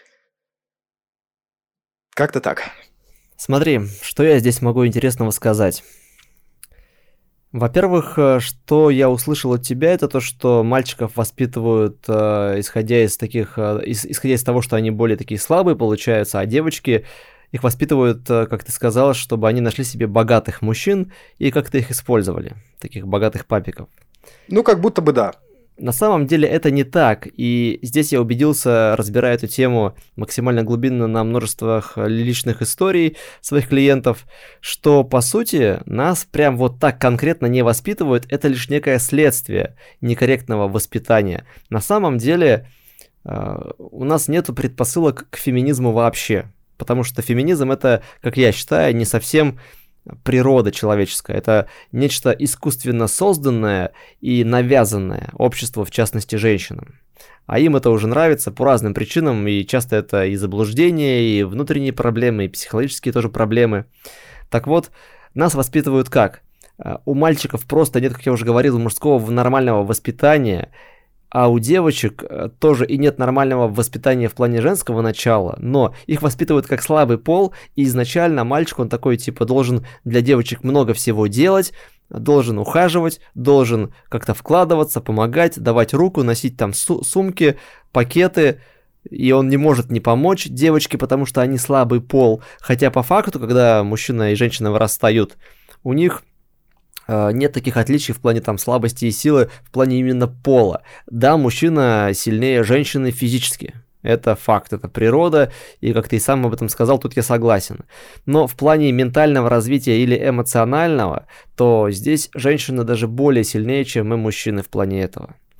Как-то так. Смотри, что я здесь могу интересного сказать. Во-первых, что я услышал от тебя, это то, что мальчиков воспитывают, э, исходя из таких, э, исходя из того, что они более такие слабые получаются, а девочки их воспитывают, э, как ты сказал, чтобы они нашли себе богатых мужчин и как-то их использовали, таких богатых папиков. Ну, как будто бы да. На самом деле это не так, и здесь я убедился, разбирая эту тему максимально глубинно на множествах личных историй своих клиентов, что по сути нас прям вот так конкретно не воспитывают, это лишь некое следствие некорректного воспитания. На самом деле э, у нас нету предпосылок к феминизму вообще, потому что феминизм это, как я считаю, не совсем природа человеческая, это нечто искусственно созданное и навязанное обществу, в частности женщинам. А им это уже нравится по разным причинам, и часто это и заблуждения, и внутренние проблемы, и психологические тоже проблемы. Так вот, нас воспитывают как? У мальчиков просто нет, как я уже говорил, мужского нормального воспитания, а у девочек тоже и нет нормального воспитания в плане женского начала, но их воспитывают как слабый пол, и изначально мальчик, он такой, типа, должен для девочек много всего делать, должен ухаживать, должен как-то вкладываться, помогать, давать руку, носить там су- сумки, пакеты, и он не может не помочь девочке, потому что они слабый пол, хотя по факту, когда мужчина и женщина вырастают, у них нет таких отличий в плане там слабости и силы, в плане именно пола. Да, мужчина сильнее женщины физически. Это факт, это природа, и как ты и сам об этом сказал, тут я согласен. Но в плане ментального развития или эмоционального, то здесь женщина даже более сильнее, чем мы, мужчины, в плане этого.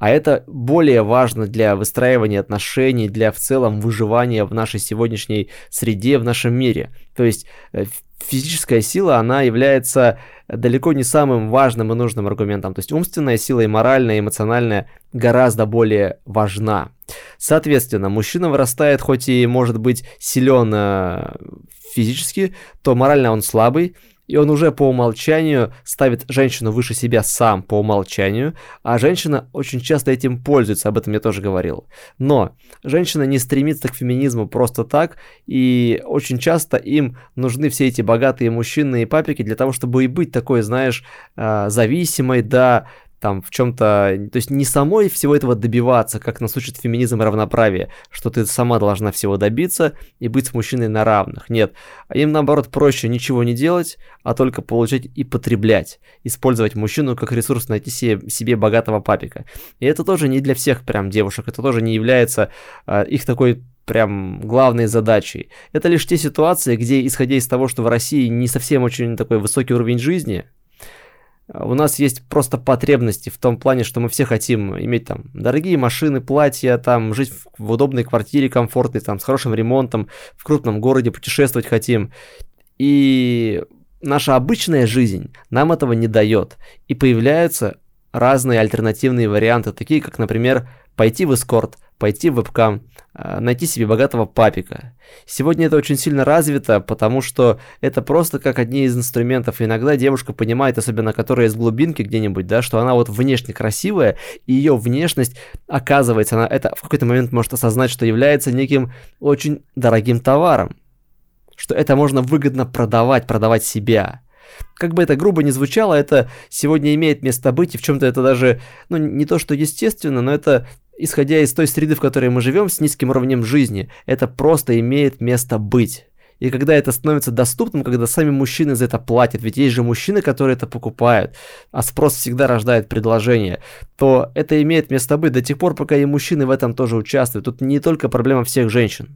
А это более важно для выстраивания отношений, для в целом выживания в нашей сегодняшней среде, в нашем мире. То есть э, физическая сила, она является далеко не самым важным и нужным аргументом. То есть умственная сила и моральная, и эмоциональная гораздо более важна. Соответственно, мужчина вырастает, хоть и может быть силен э, физически, то морально он слабый, и он уже по умолчанию ставит женщину выше себя сам по умолчанию, а женщина очень часто этим пользуется, об этом я тоже говорил. Но женщина не стремится к феминизму просто так, и очень часто им нужны все эти богатые мужчины и папики для того, чтобы и быть такой, знаешь, зависимой, да, там в чем-то, то есть не самой всего этого добиваться, как нас учит феминизм и равноправие, что ты сама должна всего добиться и быть с мужчиной на равных. Нет, им наоборот проще ничего не делать, а только получать и потреблять, использовать мужчину как ресурс, найти себе, себе богатого папика. И это тоже не для всех прям девушек, это тоже не является э, их такой прям главной задачей. Это лишь те ситуации, где, исходя из того, что в России не совсем очень такой высокий уровень жизни, у нас есть просто потребности в том плане, что мы все хотим иметь там дорогие машины, платья, там жить в, в удобной квартире комфортной, там с хорошим ремонтом, в крупном городе путешествовать хотим. И наша обычная жизнь нам этого не дает. И появляются разные альтернативные варианты, такие как, например, пойти в эскорт, пойти в вебкам, найти себе богатого папика. Сегодня это очень сильно развито, потому что это просто как одни из инструментов. Иногда девушка понимает, особенно которая из глубинки где-нибудь, да, что она вот внешне красивая, и ее внешность, оказывается, она это в какой-то момент может осознать, что является неким очень дорогим товаром, что это можно выгодно продавать, продавать себя. Как бы это грубо ни звучало, это сегодня имеет место быть, и в чем-то это даже, ну, не то что естественно, но это, исходя из той среды, в которой мы живем, с низким уровнем жизни, это просто имеет место быть. И когда это становится доступным, когда сами мужчины за это платят, ведь есть же мужчины, которые это покупают, а спрос всегда рождает предложение, то это имеет место быть до тех пор, пока и мужчины в этом тоже участвуют. Тут не только проблема всех женщин.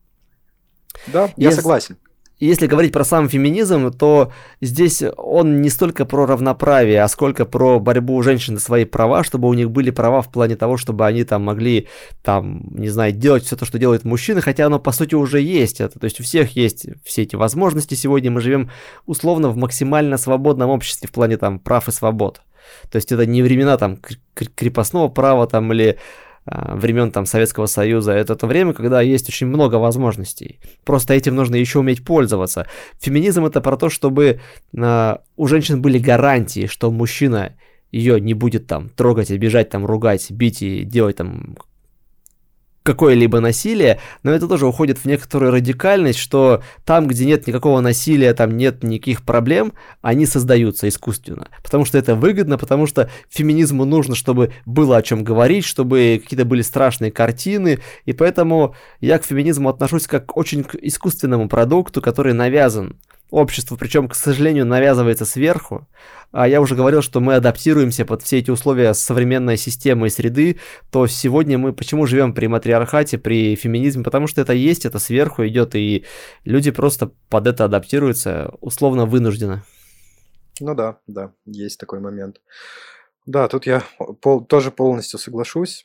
Да, я Если... согласен. Если говорить про сам феминизм, то здесь он не столько про равноправие, а сколько про борьбу женщин за свои права, чтобы у них были права в плане того, чтобы они там могли, там, не знаю, делать все то, что делают мужчины, хотя оно по сути уже есть. Это, то есть у всех есть все эти возможности. Сегодня мы живем условно в максимально свободном обществе в плане там прав и свобод. То есть это не времена там крепостного права там или времен там Советского Союза, это то время, когда есть очень много возможностей. Просто этим нужно еще уметь пользоваться. Феминизм это про то, чтобы э, у женщин были гарантии, что мужчина ее не будет там трогать, обижать, там ругать, бить и делать там какое-либо насилие, но это тоже уходит в некоторую радикальность, что там, где нет никакого насилия, там нет никаких проблем, они создаются искусственно, потому что это выгодно, потому что феминизму нужно, чтобы было о чем говорить, чтобы какие-то были страшные картины, и поэтому я к феминизму отношусь как очень к искусственному продукту, который навязан обществу, причем, к сожалению, навязывается сверху. А я уже говорил, что мы адаптируемся под все эти условия современной системы и среды, то сегодня мы почему живем при матриархате, при феминизме, потому что это есть, это сверху идет, и люди просто под это адаптируются, условно вынуждены. Ну да, да, есть такой момент. Да, тут я пол, тоже полностью соглашусь.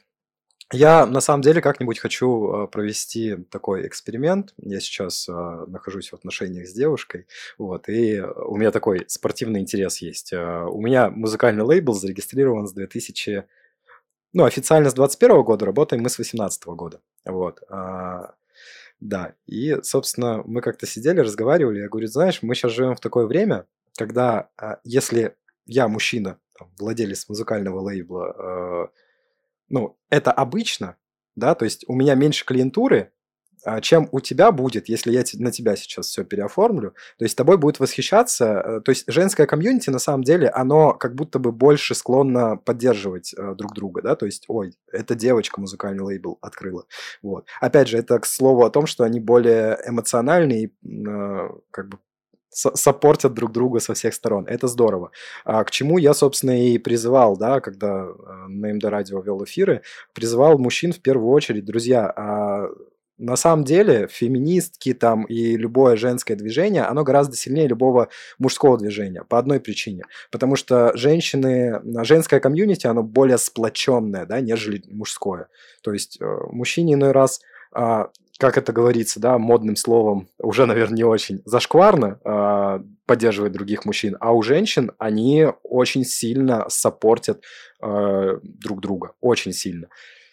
Я на самом деле как-нибудь хочу а, провести такой эксперимент. Я сейчас а, нахожусь в отношениях с девушкой, вот, и у меня такой спортивный интерес есть. А, у меня музыкальный лейбл зарегистрирован с две тысячи, ну, официально с двадцать первого года, работаем мы с восемнадцатого года, вот. А, да, и, собственно, мы как-то сидели, разговаривали, я говорю, знаешь, мы сейчас живем в такое время, когда, а, если я мужчина, там, владелец музыкального лейбла, а, ну, это обычно, да, то есть у меня меньше клиентуры, а, чем у тебя будет, если я те- на тебя сейчас все переоформлю, то есть тобой будет восхищаться, э, то есть женское комьюнити, на самом деле, оно как будто бы больше склонно поддерживать э, друг друга, да, то есть, ой, эта девочка музыкальный лейбл открыла, вот. Опять же, это к слову о том, что они более эмоциональные, и, э, как бы со- саппортят друг друга со всех сторон. Это здорово. А к чему я, собственно, и призывал, да, когда э, на МД Радио вел эфиры, призывал мужчин в первую очередь, друзья, а, на самом деле феминистки там и любое женское движение, оно гораздо сильнее любого мужского движения по одной причине. Потому что женщины, женское комьюнити, оно более сплоченное, да, нежели мужское. То есть э, мужчине иной раз, э, как это говорится, да, модным словом, уже, наверное, не очень зашкварно э, поддерживать других мужчин, а у женщин они очень сильно саппортят э, друг друга, очень сильно.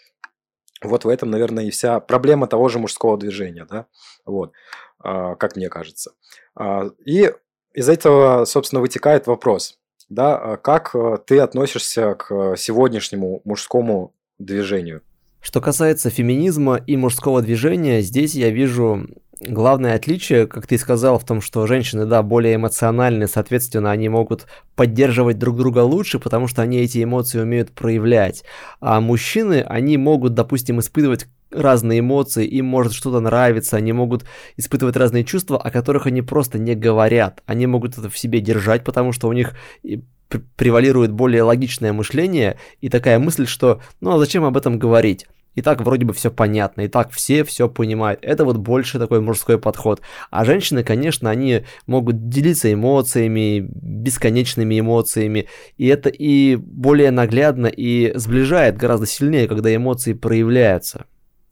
Вот в этом, наверное, и вся проблема того же мужского движения, да, вот, а, как мне кажется. А, и из этого, собственно, вытекает вопрос, да, а как а, ты относишься к сегодняшнему мужскому движению? Что касается феминизма и мужского движения, здесь я вижу главное отличие, как ты сказал, в том, что женщины, да, более эмоциональны, соответственно, они могут поддерживать друг друга лучше, потому что они эти эмоции умеют проявлять. А мужчины, они могут, допустим, испытывать разные эмоции, им может что-то нравиться, они могут испытывать разные чувства, о которых они просто не говорят. Они могут это в себе держать, потому что у них превалирует более логичное мышление и такая мысль, что ну а зачем об этом говорить? И так вроде бы все понятно, и так все все понимают. Это вот больше такой мужской подход. А женщины, конечно, они могут делиться эмоциями, бесконечными эмоциями, и это и более наглядно, и сближает гораздо сильнее, когда эмоции проявляются,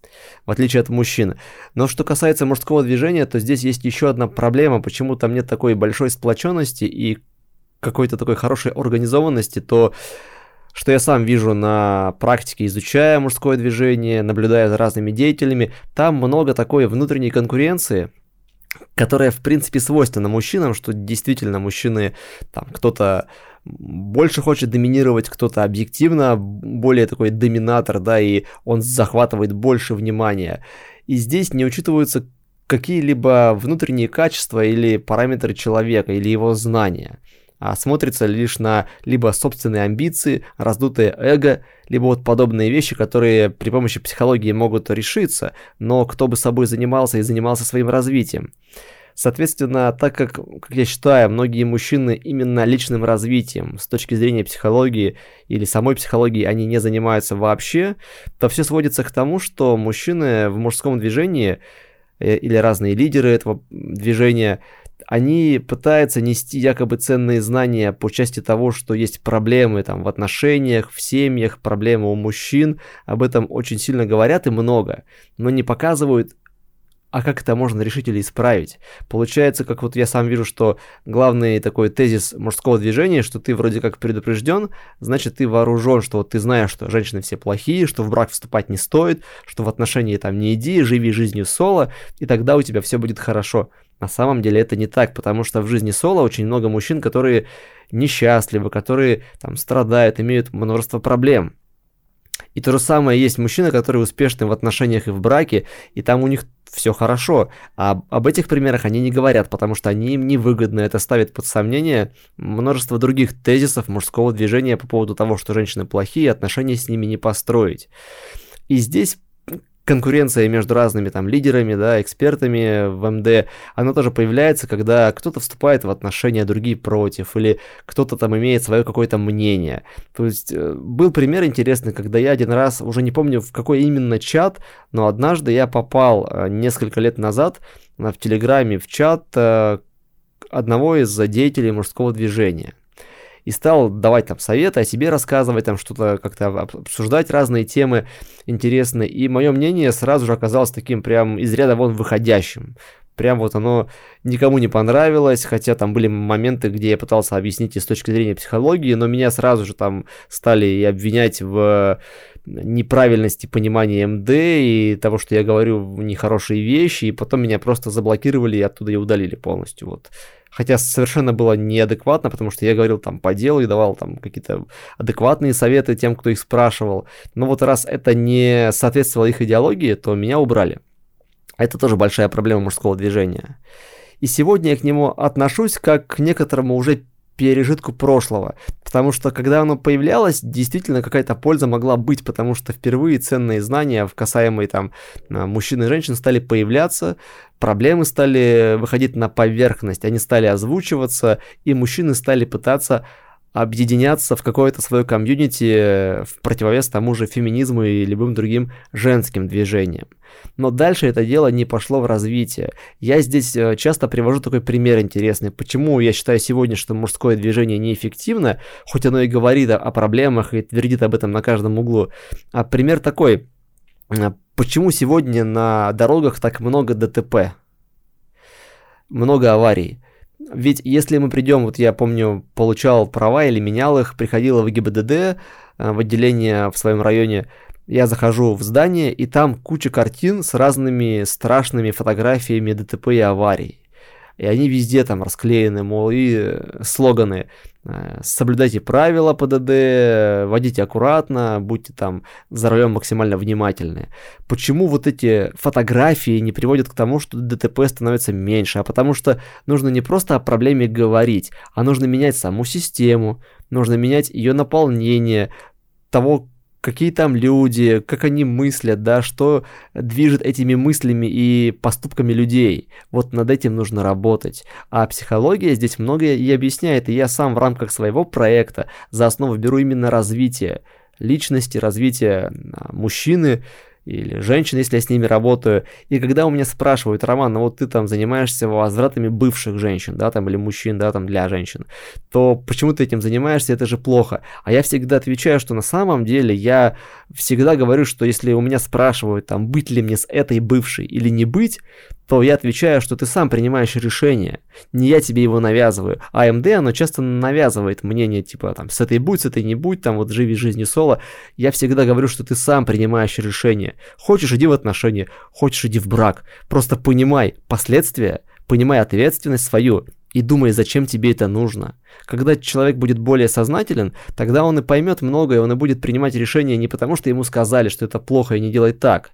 в отличие от мужчин. Но что касается мужского движения, то здесь есть еще одна проблема, почему там нет такой большой сплоченности и какой-то такой хорошей организованности, то что я сам вижу на практике, изучая мужское движение, наблюдая за разными деятелями, там много такой внутренней конкуренции, которая в принципе свойственна мужчинам, что действительно мужчины, там кто-то больше хочет доминировать, кто-то объективно более такой доминатор, да, и он захватывает больше внимания. И здесь не учитываются какие-либо внутренние качества или параметры человека, или его знания, а смотрится лишь на либо собственные амбиции, раздутое эго, либо вот подобные вещи, которые при помощи психологии могут решиться, но кто бы собой занимался и занимался своим развитием. Соответственно, так как, как я считаю, многие мужчины именно личным развитием с точки зрения психологии или самой психологии они не занимаются вообще, то все сводится к тому, что мужчины в мужском движении или разные лидеры этого движения, они пытаются нести якобы ценные знания по части того, что есть проблемы там в отношениях, в семьях, проблемы у мужчин, об этом очень сильно говорят и много, но не показывают, а как это можно решить или исправить. Получается, как вот я сам вижу, что главный такой тезис мужского движения, что ты вроде как предупрежден, значит ты вооружен, что вот ты знаешь, что женщины все плохие, что в брак вступать не стоит, что в отношения там не иди, живи жизнью соло, и тогда у тебя все будет хорошо. На самом деле это не так, потому что в жизни соло очень много мужчин, которые несчастливы, которые там страдают, имеют множество проблем. И то же самое есть мужчины, которые успешны в отношениях и в браке, и там у них все хорошо. А об этих примерах они не говорят, потому что они им невыгодны. Это ставит под сомнение множество других тезисов мужского движения по поводу того, что женщины плохие, отношения с ними не построить. И здесь конкуренция между разными там лидерами, да, экспертами в эм дэ, она тоже появляется, когда кто-то вступает в отношения, другие против, или кто-то там имеет свое какое-то мнение. То есть был пример интересный, когда я один раз, уже не помню в какой именно чат, но однажды я попал несколько лет назад в Телеграме в чат одного из деятелей мужского движения. И стал давать там советы, о себе рассказывать, там что-то как-то обсуждать разные темы интересные. И мое мнение сразу же оказалось таким прям из ряда вон выходящим. Прям вот оно никому не понравилось, хотя там были моменты, где я пытался объяснить и с точки зрения психологии, но меня сразу же там стали и обвинять в неправильности понимания эм дэ и того, что я говорю нехорошие вещи, и потом меня просто заблокировали и оттуда и удалили полностью, вот. Хотя совершенно было неадекватно, потому что я говорил там по делу и давал там какие-то адекватные советы тем, кто их спрашивал. Но вот раз это не соответствовало их идеологии, то меня убрали. Это тоже большая проблема мужского движения. И сегодня я к нему отношусь как к некоторому уже пережитку прошлого, потому что когда оно появлялось, действительно какая-то польза могла быть, потому что впервые ценные знания в касаемые там мужчин и женщин стали появляться, проблемы стали выходить на поверхность, они стали озвучиваться, и мужчины стали пытаться объединяться в какое-то свое комьюнити в противовес тому же феминизму и любым другим женским движениям. Но дальше это дело не пошло в развитие. Я здесь часто привожу такой пример интересный. Почему я считаю сегодня, что мужское движение неэффективно, хоть оно и говорит о проблемах и твердит об этом на каждом углу. А пример такой. Почему сегодня на дорогах так много ДТП? Много аварий. Ведь если мы придем, вот я помню, получал права или менял их, приходила в ГИБДД, в отделение в своем районе, я захожу в здание, и там куча картин с разными страшными фотографиями ДТП и аварий. И они везде там расклеены, мол, и слоганы: соблюдайте правила ПДД, водите аккуратно, будьте там за рулем максимально внимательны. Почему вот эти фотографии не приводят к тому, что ДТП становится меньше? А потому что нужно не просто о проблеме говорить, а нужно менять саму систему, нужно менять ее наполнение, того, какие там люди, как они мыслят, да, что движет этими мыслями и поступками людей. Вот над этим нужно работать. А психология здесь многое и объясняет. И я сам в рамках своего проекта за основу беру именно развитие личности, развитие мужчины или женщины, если я с ними работаю. И когда у меня спрашивают: Роман, ну вот ты там занимаешься возвратами бывших женщин, да, там, или мужчин, да, там, для женщин, то почему ты этим занимаешься, это же плохо. А я всегда отвечаю, что на самом деле я всегда говорю, что если у меня спрашивают, там, быть ли мне с этой бывшей или не быть, то я отвечаю, что ты сам принимаешь решение, не я тебе его навязываю. А АМД, оно часто навязывает мнение, типа, там, с этой будь, с этой не будь, там, вот живи жизнью соло. Я всегда говорю, что ты сам принимаешь решение. Хочешь, иди в отношения, хочешь, иди в брак. Просто понимай последствия, понимай ответственность свою и думай, зачем тебе это нужно. Когда человек будет более сознателен, тогда он и поймет многое, он и будет принимать решения не потому, что ему сказали, что это плохо и не делай так,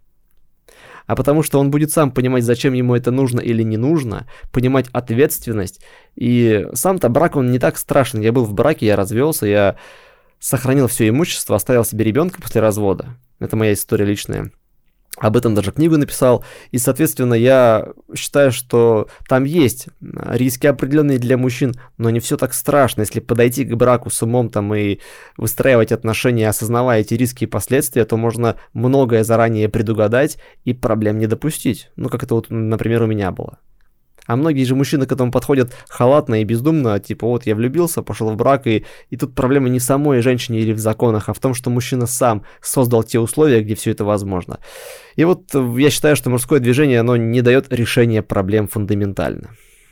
а потому что он будет сам понимать, зачем ему это нужно или не нужно, понимать ответственность. И сам-то брак, он не так страшен. Я был в браке, я развелся, я сохранил все имущество, оставил себе ребенка после развода. Это моя история личная. Об этом даже книгу написал. И, соответственно, я считаю, что там есть риски определенные для мужчин, но не все так страшно. Если подойти к браку с умом там и выстраивать отношения, осознавая эти риски и последствия, то можно многое заранее предугадать и проблем не допустить. Ну, как это вот, например, у меня было. А многие же мужчины к этому подходят халатно и бездумно, типа вот я влюбился, пошел в брак, и, и тут проблема не в самой женщине или в законах, а в том, что мужчина сам создал те условия, где все это возможно. И вот я считаю, что мужское движение, оно не дает решения проблем фундаментально.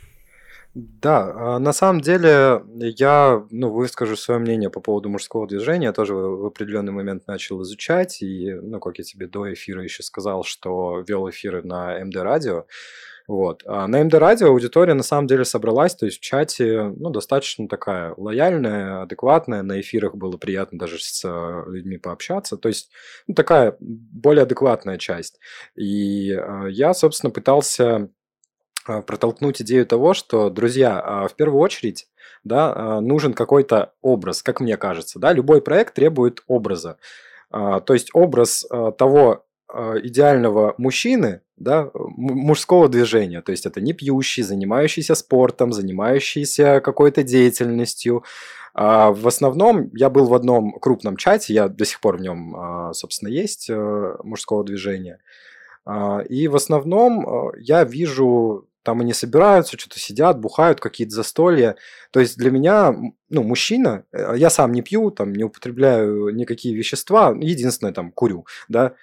Да, на самом деле я, ну, выскажу свое мнение по поводу мужского движения. Я тоже в определенный момент начал изучать, и, ну, как я тебе до эфира еще сказал, что вел эфиры на эм дэ радио. Вот. А на эм дэ радио аудитория на самом деле собралась, то есть в чате, ну, достаточно такая лояльная, адекватная, на эфирах было приятно даже с людьми пообщаться, то есть, ну, такая более адекватная часть. И э, я, собственно, пытался э, протолкнуть идею того, что, друзья, э, в первую очередь, да, э, нужен какой-то образ, как мне кажется, да, любой проект требует образа, э, то есть образ э, того идеального мужчины, да, мужского движения, то есть это не пьющий, занимающийся спортом, занимающийся какой-то деятельностью. А в основном я был в одном крупном чате, я до сих пор в нем, собственно, есть, мужского движения, и в основном я вижу, там они собираются, что-то сидят, бухают, какие-то застолья. То есть для меня, ну, мужчина, я сам не пью, там, не употребляю никакие вещества, единственное, там, курю, да.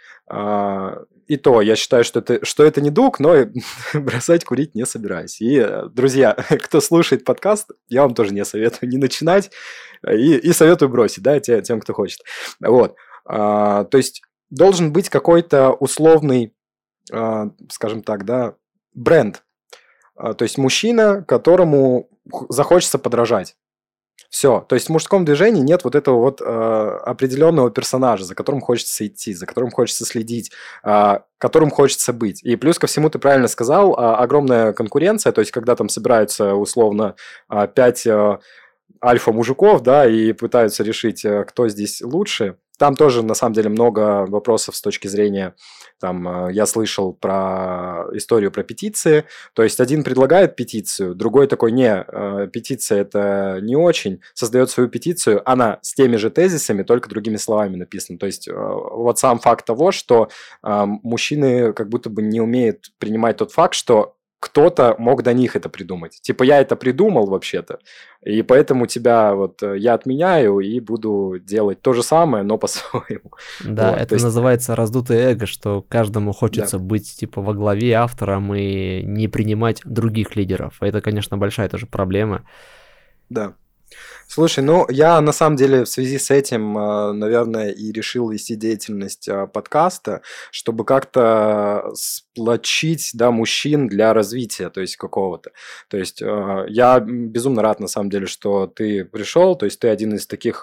И то я считаю, что это, что это недуг, но бросать курить не собираюсь. И, друзья, кто слушает подкаст, я вам тоже не советую не начинать, и, и советую бросить, да, тем, тем, кто хочет. Вот. То есть должен быть какой-то условный, скажем так, да, бренд. То есть мужчина, которому захочется подражать. Все. То есть в мужском движении нет вот этого вот э, определенного персонажа, за которым хочется идти, за которым хочется следить, э, которым хочется быть. И плюс ко всему, ты правильно сказал, э, огромная конкуренция. То есть когда там собираются условно э, пять э, альфа-мужиков, да, и пытаются решить, э, кто здесь лучше, там тоже, на самом деле, много вопросов с точки зрения, там, я слышал про историю про петиции, то есть один предлагает петицию, другой такой, не, петиция это не очень, создает свою петицию, она с теми же тезисами, только другими словами написана. То есть вот сам факт того, что мужчины как будто бы не умеют принимать тот факт, что кто-то мог до них это придумать. Типа, я это придумал вообще-то, и поэтому тебя вот я отменяю и буду делать то же самое, но по-своему. Да, вот, это есть... называется раздутое эго, что каждому хочется да. быть типа во главе, автором и не принимать других лидеров. Это, конечно, большая тоже проблема. Да. Слушай, ну, я на самом деле в связи с этим, наверное, и решил вести деятельность подкаста, чтобы как-то сплочить, да, мужчин для развития, то есть какого-то. То есть я безумно рад, на самом деле, что ты пришел, то есть ты один из таких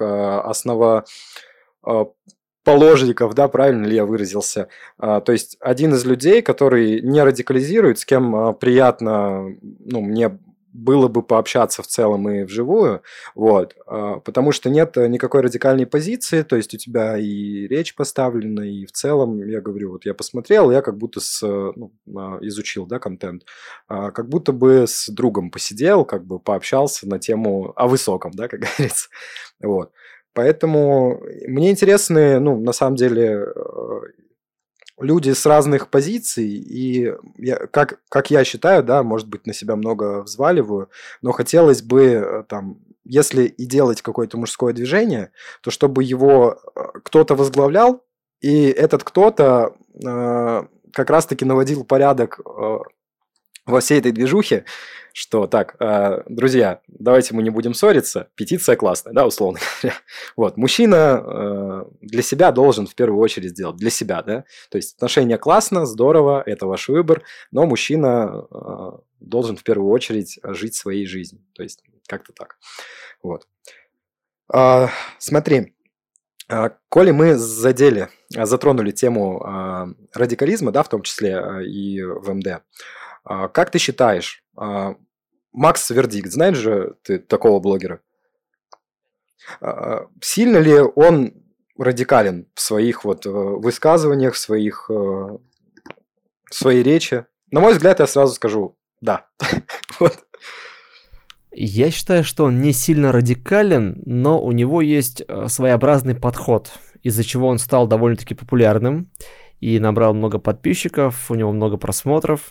основоположников, да, правильно ли я выразился? То есть один из людей, который не радикализирует, с кем приятно, ну, мне было бы пообщаться в целом и вживую, вот, потому что нет никакой радикальной позиции, то есть у тебя и речь поставлена, и в целом, я говорю, вот я посмотрел, я как будто с, ну, изучил, да, контент, как будто бы с другом посидел, как бы пообщался на тему о высоком, да, как говорится, вот. Поэтому мне интересны, ну, на самом деле, люди с разных позиций, и я, как, как я считаю, да, может быть, на себя много взваливаю, но хотелось бы, там, если и делать какое-то мужское движение, то чтобы его кто-то возглавлял, и этот кто-то э, как раз-таки наводил порядок э, во всей этой движухе, что так, э, друзья, давайте мы не будем ссориться, петиция классная, да, условно говоря. Вот, мужчина э, для себя должен в первую очередь сделать, для себя, да, то есть отношения классно, здорово, это ваш выбор, но мужчина э, должен в первую очередь жить своей жизнью, то есть как-то так, вот. Э, смотри, э, коли мы задели, затронули тему э, радикализма, да, в том числе э, и в эм дэ, э, как ты считаешь, э, Макс Вердикт, знаешь же ты такого блогера? Сильно ли он радикален в своих вот высказываниях, в своих, в своей речи? На мой взгляд, я сразу скажу «да». Вот. Я считаю, что он не сильно радикален, но у него есть своеобразный подход, из-за чего он стал довольно-таки популярным и набрал много подписчиков, у него много просмотров.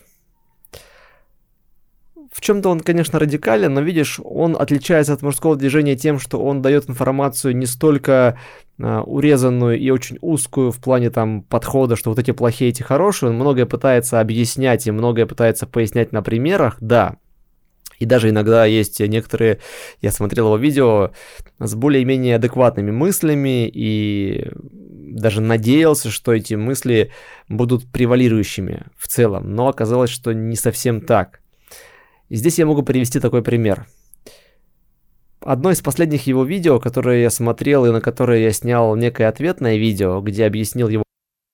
В чем-то он, конечно, радикален, но, видишь, он отличается от мужского движения тем, что он дает информацию не столько uh, урезанную и очень узкую в плане там подхода, что вот эти плохие, эти хорошие, он многое пытается объяснять и многое пытается пояснять на примерах, да. И даже иногда есть некоторые, я смотрел его видео с более-менее адекватными мыслями и даже надеялся, что эти мысли будут превалирующими в целом, но оказалось, что не совсем так. И здесь я могу привести такой пример. Одно из последних его видео, которое я смотрел и на которое я снял некое ответное видео, где объяснил его,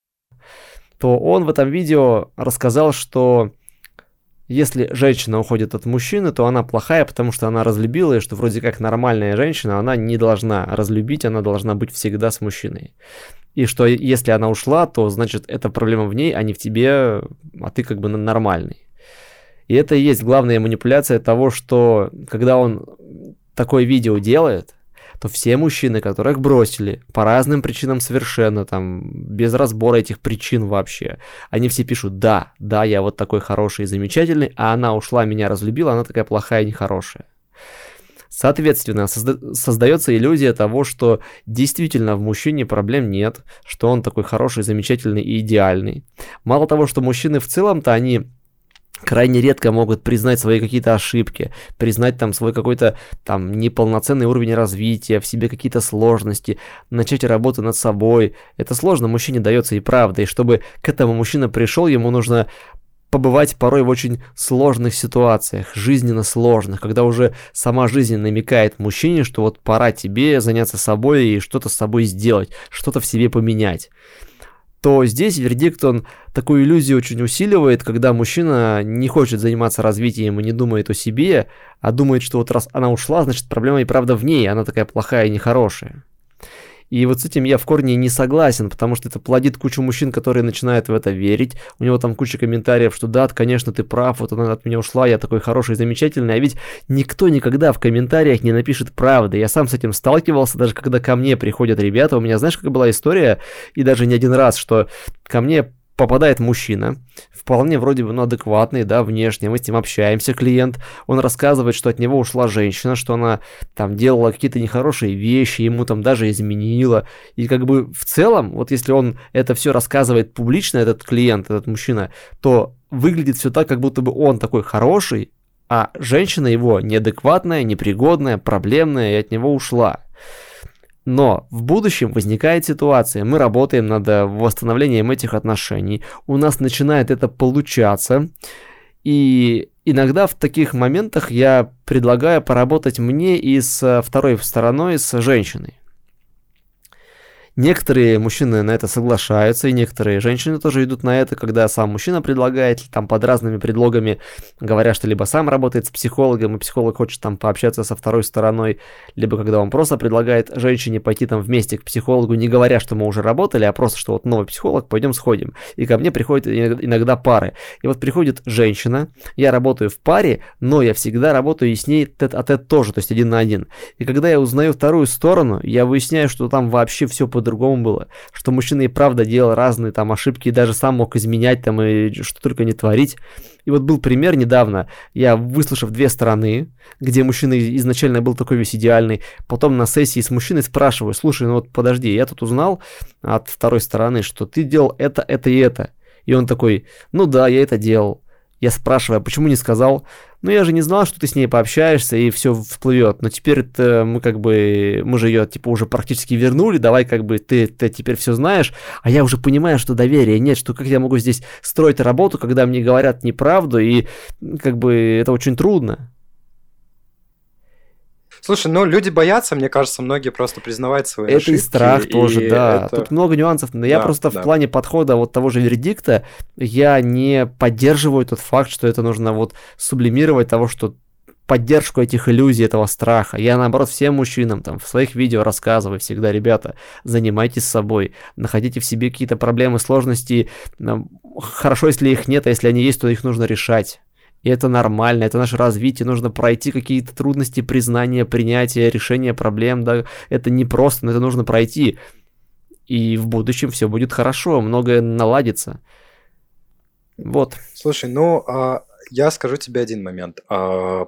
то он в этом видео рассказал, что если женщина уходит от мужчины, то она плохая, потому что она разлюбила, и что вроде как нормальная женщина, она не должна разлюбить, она должна быть всегда с мужчиной. И что если она ушла, то значит это проблема в ней, а не в тебе, а ты как бы нормальный. И это и есть главная манипуляция того, что когда он такое видео делает, то все мужчины, которых бросили по разным причинам совершенно, там, без разбора этих причин вообще, они все пишут: да, да, я вот такой хороший и замечательный, а она ушла, меня разлюбила, она такая плохая и нехорошая. Соответственно, созда- создается иллюзия того, что действительно в мужчине проблем нет, что он такой хороший, замечательный и идеальный. Мало того, что мужчины в целом-то, они крайне редко могут признать свои какие-то ошибки, признать там свой какой-то там неполноценный уровень развития, в себе какие-то сложности, начать работу над собой. Это сложно мужчине дается и правда, и чтобы к этому мужчина пришел, ему нужно побывать порой в очень сложных ситуациях, жизненно сложных, когда уже сама жизнь намекает мужчине, что вот пора тебе заняться собой и что-то с собой сделать, что-то в себе поменять. То здесь Вердикт, он такую иллюзию очень усиливает, когда мужчина не хочет заниматься развитием и не думает о себе, а думает, что вот раз она ушла, значит проблема и правда в ней, она такая плохая и нехорошая. И вот с этим я в корне не согласен, потому что это плодит кучу мужчин, которые начинают в это верить. У него там куча комментариев, что да, конечно, ты прав, вот она от меня ушла, я такой хороший, замечательный. А ведь никто никогда в комментариях не напишет правды. Я сам с этим сталкивался, даже когда ко мне приходят ребята. У меня, знаешь, какая была история, и даже не один раз, что ко мне попадает мужчина, вполне вроде бы, ну, адекватный, да, внешне, мы с ним общаемся, клиент, он рассказывает, что от него ушла женщина, что она там делала какие-то нехорошие вещи, ему там даже изменила, и как бы в целом, вот если он это все рассказывает публично, этот клиент, этот мужчина, то выглядит все так, как будто бы он такой хороший, а женщина его неадекватная, непригодная, проблемная, и от него ушла. Но в будущем возникает ситуация, мы работаем над восстановлением этих отношений, у нас начинает это получаться, и иногда в таких моментах я предлагаю поработать мне и с второй стороной, с женщиной. Некоторые мужчины на это соглашаются, и некоторые женщины тоже идут на это, когда сам мужчина предлагает, там под разными предлогами, говоря, что либо сам работает с психологом, и психолог хочет там пообщаться со второй стороной, либо когда он просто предлагает женщине пойти там вместе к психологу, не говоря, что мы уже работали, а просто, что вот новый психолог, пойдем сходим. И ко мне приходят иногда пары. И вот приходит женщина, я работаю в паре, но я всегда работаю и с ней тет-а-тет тоже, то есть один на один. И когда я узнаю вторую сторону, я выясняю, что там вообще все по по-другому было, что мужчина и правда делал разные там ошибки, и даже сам мог изменять там и что только не творить. И вот был пример недавно, я, выслушав две стороны, где мужчина изначально был такой весь идеальный, потом на сессии с мужчиной спрашиваю: слушай, ну вот подожди, я тут узнал от второй стороны, что ты делал это, это и это. И он такой: ну да, я это делал. Я спрашиваю: а почему не сказал? Ну, я же не знал, что ты с ней пообщаешься, и все всплывет. Но теперь мы как бы, мы же ее типа уже практически вернули, давай как бы ты, ты теперь все знаешь, а я уже понимаю, что доверия нет, что как я могу здесь строить работу, когда мне говорят неправду, и как бы это очень трудно. Слушай, ну люди боятся, мне кажется, многие просто признавать свои это ошибки. Это и страх тоже, да. Это... Тут много нюансов. Но да, я просто да. в плане подхода вот того же вердикта, я не поддерживаю тот факт, что это нужно вот сублимировать того, что поддержку этих иллюзий, этого страха. Я, наоборот, всем мужчинам там в своих видео рассказываю всегда: ребята, занимайтесь собой, находите в себе какие-то проблемы, сложности. Хорошо, если их нет, а если они есть, то их нужно решать. И это нормально, это наше развитие, нужно пройти какие-то трудности, признания, принятия, решения проблем, да, это не просто, но это нужно пройти, и в будущем все будет хорошо, многое наладится. Вот. Слушай, ну, я скажу тебе один момент по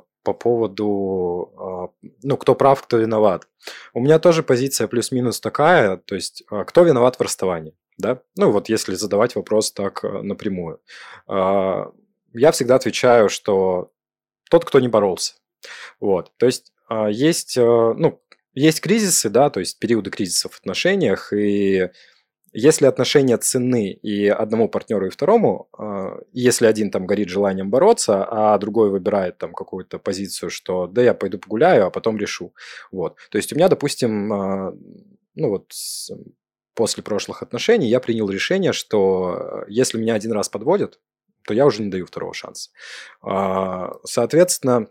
поводу, ну, кто прав, кто виноват. У меня тоже позиция плюс-минус такая, то есть, кто виноват в расставании, да, ну, вот если задавать вопрос так напрямую. Я всегда отвечаю, что тот, кто не боролся. Вот. То есть есть, ну, есть кризисы, да, то есть периоды кризисов в отношениях, и если отношения ценны и одному партнеру, и второму, если один там горит желанием бороться, а другой выбирает там какую-то позицию, что да, я пойду погуляю, а потом решу. Вот. То есть у меня, допустим, ну вот после прошлых отношений я принял решение, что если меня один раз подводят, то я уже не даю второго шанса. Соответственно,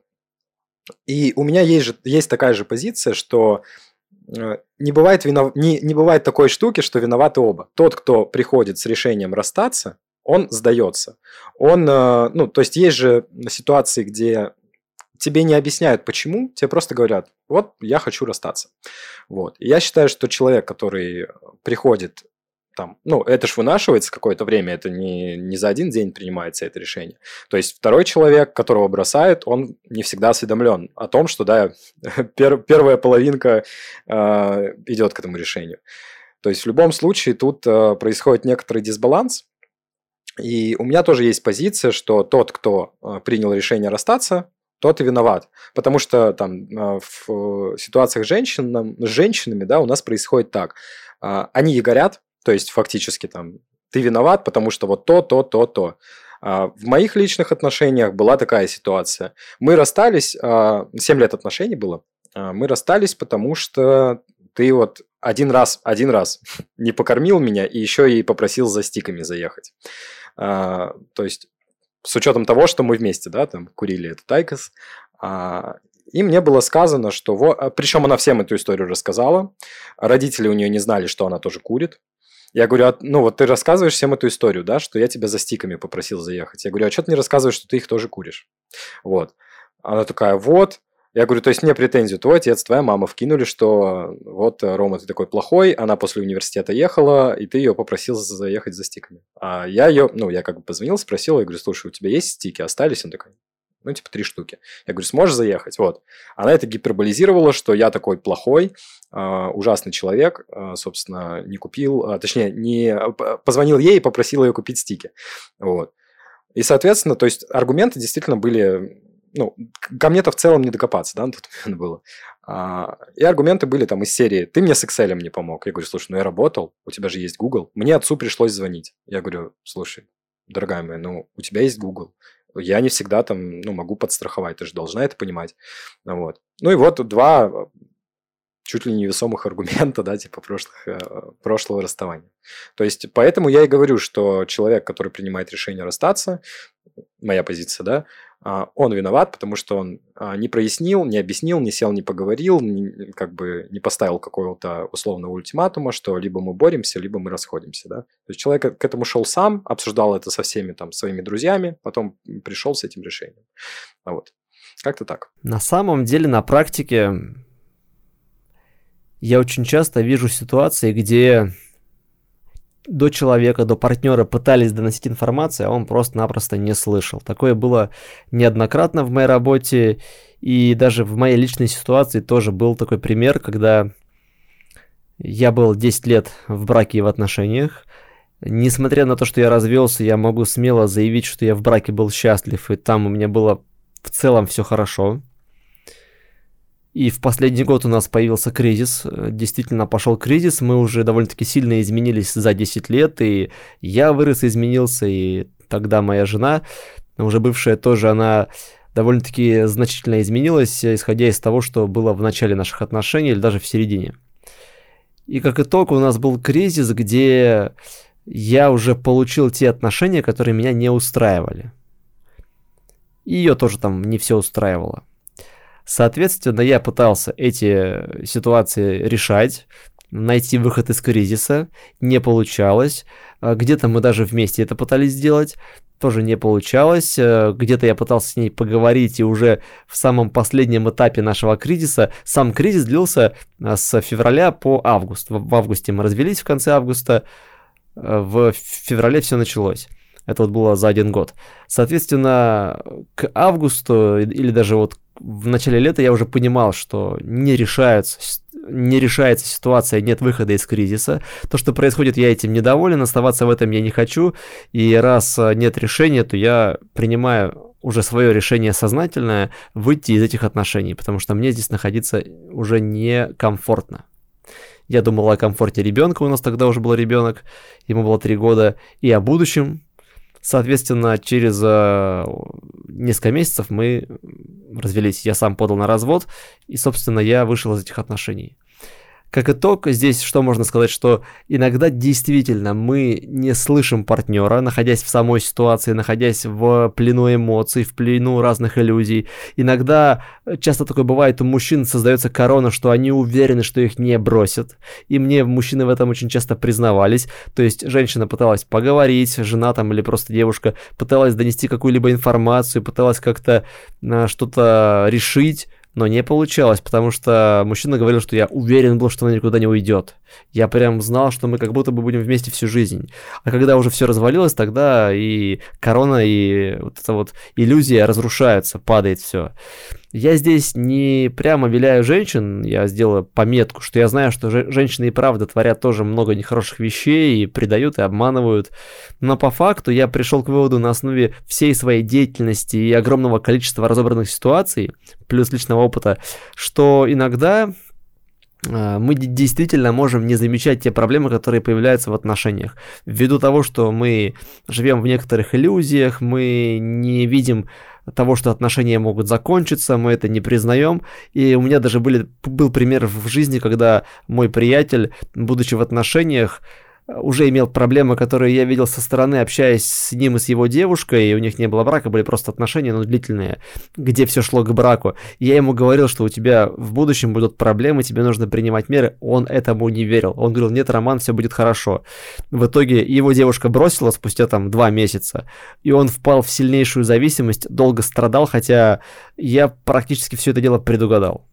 и у меня есть, же, есть такая же позиция, что не бывает, винов... не, не бывает такой штуки, что виноваты оба. Тот, кто приходит с решением расстаться, он сдается. Он, ну, то есть есть же ситуации, где тебе не объясняют, почему, тебе просто говорят: вот, я хочу расстаться. Вот. И я считаю, что человек, который приходит там, ну, это ж вынашивается какое-то время, это не, не за один день принимается это решение. То есть второй человек, которого бросают, он не всегда осведомлен о том, что, да, пер, первая половинка э, идет к этому решению. То есть в любом случае тут э, происходит некоторый дисбаланс, и у меня тоже есть позиция, что тот, кто э, принял решение расстаться, тот и виноват. Потому что там э, в ситуациях с женщин, с женщинами, да, у нас происходит так. Э, они горят. То есть, фактически, там, ты виноват, потому что вот то, то, то, то. В моих личных отношениях была такая ситуация. Мы расстались, семь лет отношений было, мы расстались, потому что ты вот один раз, один раз не покормил меня и еще и попросил за стиками заехать. То есть, с учетом того, что мы вместе, да, там, курили этот айкос, и мне было сказано, что... Во... Причем она всем эту историю рассказала. Родители у нее не знали, что она тоже курит. Я говорю, а, ну вот ты рассказываешь всем эту историю, да, что я тебя за стиками попросил заехать. Я говорю, а что ты не рассказываешь, что ты их тоже куришь? Вот. Она такая, вот. Я говорю, то есть мне претензию твой отец, твоя мама вкинули, что вот, Рома, ты такой плохой, она после университета ехала, и ты ее попросил заехать за стиками. А я ее, ну, я как бы позвонил, спросил, я говорю, слушай, у тебя есть стики, остались? Он такой, ну, типа, три штуки. Я говорю, сможешь заехать? Вот. Она это гиперболизировала, что я такой плохой, ужасный человек, собственно, не купил, точнее, не позвонил ей и попросил ее купить стики. Вот. И, соответственно, то есть аргументы действительно были... Ну, ко мне-то в целом не докопаться, да, на тот момент было. А, и аргументы были там из серии «Ты мне с Excel не помог». Я говорю, слушай, ну я работал, у тебя же есть Google. Мне отцу пришлось звонить. Я говорю, слушай, дорогая моя, ну у тебя есть Google. Я не всегда там, ну, могу подстраховать, ты же должна это понимать. Вот. Ну и вот два чуть ли не невесомых аргумента, да, типа прошлых, прошлого расставания. То есть, поэтому я и говорю, что человек, который принимает решение расстаться, моя позиция, да, он виноват, потому что он не прояснил, не объяснил, не сел, не поговорил, не, как бы не поставил какого-то условного ультиматума, что либо мы боремся, либо мы расходимся, да. То есть человек к этому шел сам, обсуждал это со всеми там своими друзьями, потом пришел с этим решением. Вот. Как-то так. На самом деле, на практике я очень часто вижу ситуации, где до человека, до партнера пытались доносить информацию, а он просто-напросто не слышал. Такое было неоднократно в моей работе, и даже в моей личной ситуации тоже был такой пример, когда я был десять лет в браке и в отношениях. Несмотря на то, что я развелся, я могу смело заявить, что я в браке был счастлив, и там у меня было в целом все хорошо. И в последний год у нас появился кризис, действительно пошел кризис, мы уже довольно-таки сильно изменились за десять лет, и я вырос, изменился, и тогда моя жена, уже бывшая тоже, она довольно-таки значительно изменилась, исходя из того, что было в начале наших отношений или даже в середине. И как итог у нас был кризис, где я уже получил те отношения, которые меня не устраивали. И ее тоже там не все устраивало. Соответственно, я пытался эти ситуации решать, найти выход из кризиса, не получалось. Где-то мы даже вместе это пытались сделать, тоже не получалось. Где-то я пытался с ней поговорить, и уже в самом последнем этапе нашего кризиса, сам кризис длился с февраля по август. В августе мы развелись, в конце августа, в феврале все началось. Это вот было за один год. Соответственно, к августу или даже вот в начале лета я уже понимал, что не решается, не решается ситуация, нет выхода из кризиса. То, что происходит, я этим недоволен, оставаться в этом я не хочу. И раз нет решения, то я принимаю уже свое решение сознательное выйти из этих отношений, потому что мне здесь находиться уже некомфортно. Я думал о комфорте ребенка, у нас тогда уже был ребенок, ему было три года, и о будущем. Соответственно, через э, несколько месяцев мы развелись. Я сам подал на развод, и, собственно, я вышел из этих отношений. Как итог, здесь что можно сказать, что иногда действительно мы не слышим партнера, находясь в самой ситуации, находясь в плену эмоций, в плену разных иллюзий. Иногда, часто такое бывает, у мужчин создается корона, что они уверены, что их не бросят. И мне мужчины в этом очень часто признавались. То есть женщина пыталась поговорить, жена там или просто девушка пыталась донести какую-либо информацию, пыталась как-то а, что-то решить, но не получалось, потому что мужчина говорил, что я уверен был, что она никуда не уйдет. Я прям знал, что мы как будто бы будем вместе всю жизнь. А когда уже все развалилось, тогда и корона, и вот эта вот иллюзия разрушается, падает все. Я здесь не прямо виляю женщин, я сделаю пометку, что я знаю, что же- женщины и правда творят тоже много нехороших вещей, и предают, и обманывают. Но по факту я пришел к выводу на основе всей своей деятельности и огромного количества разобранных ситуаций, плюс личного опыта, что иногда мы действительно можем не замечать те проблемы, которые появляются в отношениях. Ввиду того, что мы живем в некоторых иллюзиях, мы не видим того, что отношения могут закончиться, мы это не признаем. И у меня даже были, был пример в жизни, когда мой приятель, будучи в отношениях, уже имел проблемы, которые я видел со стороны, общаясь с ним и с его девушкой, и у них не было брака, были просто отношения, но длительные, где все шло к браку. И я ему говорил, что у тебя в будущем будут проблемы, тебе нужно принимать меры. Он этому не верил. Он говорил: нет, Роман, все будет хорошо. В итоге его девушка бросила спустя там два месяца, и он впал в сильнейшую зависимость, долго страдал, хотя я практически все это дело предугадал.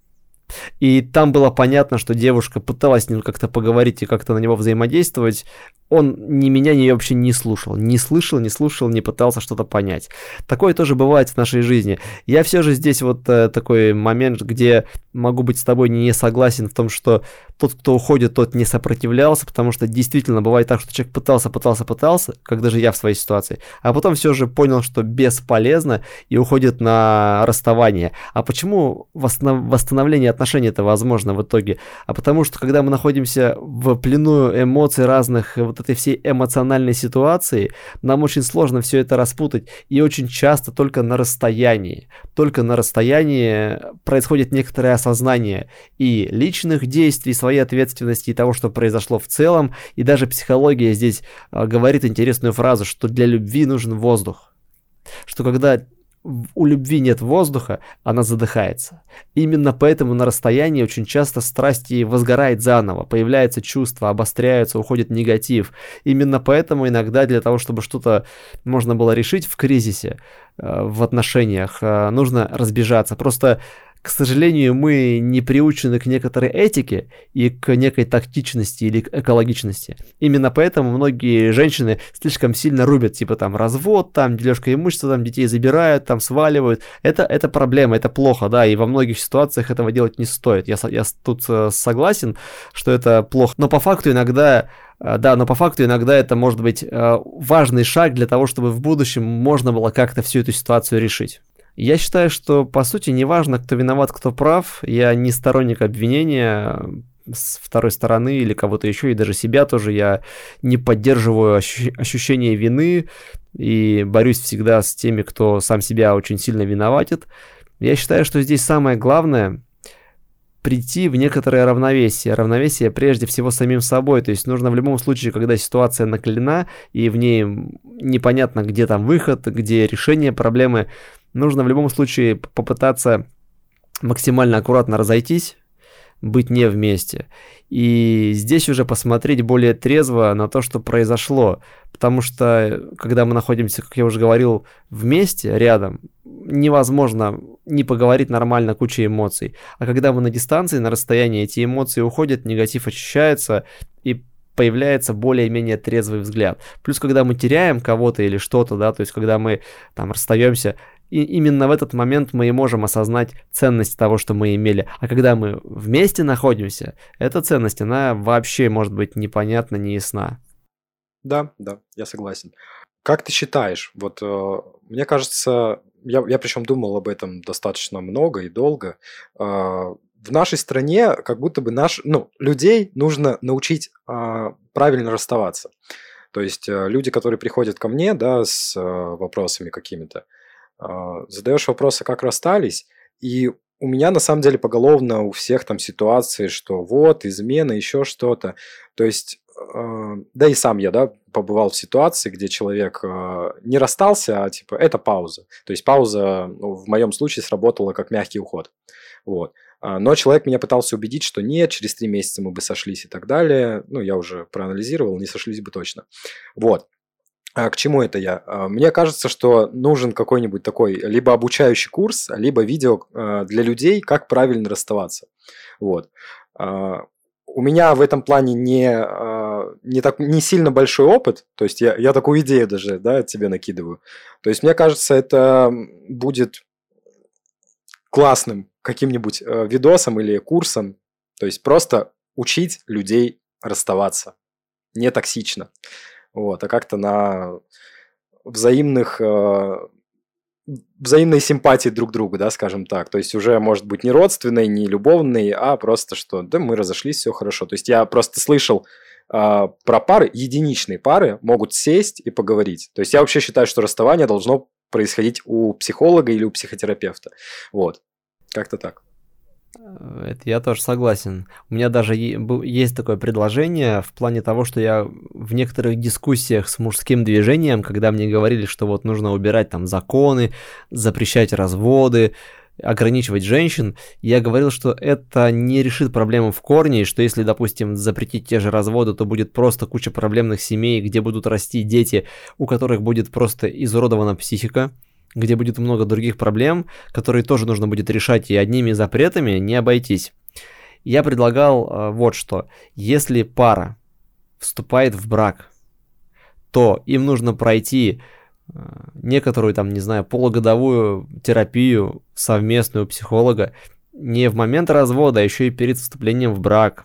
И там было понятно, что девушка пыталась с ним как-то поговорить и как-то на него взаимодействовать. Он ни меня, ни ее вообще не слушал. Не слышал, не слушал, не пытался что-то понять. Такое тоже бывает в нашей жизни. Я все же здесь вот э, такой момент, где могу быть с тобой не согласен в том, что тот, кто уходит, тот не сопротивлялся, потому что действительно бывает так, что человек пытался, пытался, пытался, как даже я в своей ситуации, а потом все же понял, что бесполезно и уходит на расставание. А почему восстановление отношений это возможно в итоге? А потому что когда мы находимся в плену эмоций разных, вот этой всей эмоциональной ситуации, нам очень сложно все это распутать, и очень часто только на расстоянии, только на расстоянии происходит некоторое осознание и личных действий, своей ответственности, и того, что произошло в целом, и даже психология здесь а, говорит интересную фразу, что для любви нужен воздух, что когда у любви нет воздуха, она задыхается. Именно поэтому на расстоянии очень часто страсть и возгорает заново, появляется чувство, обостряются, уходит негатив. Именно поэтому иногда для того, чтобы что-то можно было решить в кризисе, э, в отношениях, э, нужно разбежаться. Просто, к сожалению, мы не приучены к некоторой этике и к некой тактичности или к экологичности. Именно поэтому многие женщины слишком сильно рубят, типа там развод, там дележка имущества, там детей забирают, там сваливают. Это, это проблема, это плохо, да, и во многих ситуациях этого делать не стоит. Я, я тут согласен, что это плохо, но по факту иногда... Да, но по факту иногда это может быть важный шаг для того, чтобы в будущем можно было как-то всю эту ситуацию решить. Я считаю, что, по сути, неважно, кто виноват, кто прав. Я не сторонник обвинения с второй стороны или кого-то еще, и даже себя тоже. Я не поддерживаю ощу- ощущение вины и борюсь всегда с теми, кто сам себя очень сильно виноватит. Я считаю, что здесь самое главное — прийти в некоторое равновесие. Равновесие прежде всего самим собой. То есть нужно в любом случае, когда ситуация накалена, и в ней непонятно, где там выход, где решение проблемы, нужно в любом случае попытаться максимально аккуратно разойтись, быть не вместе. И здесь уже посмотреть более трезво на то, что произошло. Потому что, когда мы находимся, как я уже говорил, вместе, рядом, невозможно не поговорить нормально, куча эмоций. А когда мы на дистанции, на расстоянии, эти эмоции уходят, негатив очищается, и появляется более-менее трезвый взгляд. Плюс, когда мы теряем кого-то или что-то, да, то есть, когда мы там расстаемся, и именно в этот момент мы и можем осознать ценность того, что мы имели. А когда мы вместе находимся, эта ценность, она вообще может быть непонятна, неясна. Да, да, я согласен. Как ты считаешь, вот э, мне кажется, я, я причем думал об этом достаточно много и долго, э, в нашей стране как будто бы наш, ну, людей нужно научить э, правильно расставаться. То есть э, люди, которые приходят ко мне, да, с э, вопросами какими-то, э, задаешь вопросы, как расстались, и у меня на самом деле поголовно у всех там ситуации, что вот, измена, еще что-то. То есть, э, да и сам я, да, побывал в ситуации, где человек э, не расстался, а типа это пауза. То есть пауза, ну, в моем случае сработала как мягкий уход. Вот. Но человек меня пытался убедить, что нет, через три месяца мы бы сошлись и так далее. Ну, я уже проанализировал, не сошлись бы точно. Вот. А к чему это я? Мне кажется, что нужен какой-нибудь такой либо обучающий курс, либо видео для людей, как правильно расставаться. Вот. У меня в этом плане не, не, так, не сильно большой опыт, то есть я, я такую идею даже, да, тебе накидываю. То есть мне кажется, это будет классным каким-нибудь э, видосом или курсом, то есть просто учить людей расставаться не токсично, вот, а как-то на взаимных э, взаимной симпатии друг к другу, да, скажем так, то есть уже может быть не родственной, не любовной, а просто что, да, мы разошлись, все хорошо, то есть я просто слышал э, про пары, единичные пары могут сесть и поговорить, то есть я вообще считаю, что расставание должно происходить у психолога или у психотерапевта, вот. Как-то так. Э, Это я тоже согласен. У меня даже е- был- есть такое предложение в плане того, что я в некоторых дискуссиях с мужским движением, когда мне говорили, что вот нужно убирать там законы, запрещать разводы, ограничивать женщин, я говорил, что это не решит проблему в корне, и что если, допустим, запретить те же разводы, то будет просто куча проблемных семей, где будут расти дети, у которых будет просто изуродована психика, где будет много других проблем, которые тоже нужно будет решать, и одними запретами не обойтись. Я предлагал э, вот что. Если пара вступает в брак, то им нужно пройти э, некоторую, там, не знаю, полугодовую терапию совместную у психолога не в момент развода, а еще и перед вступлением в брак,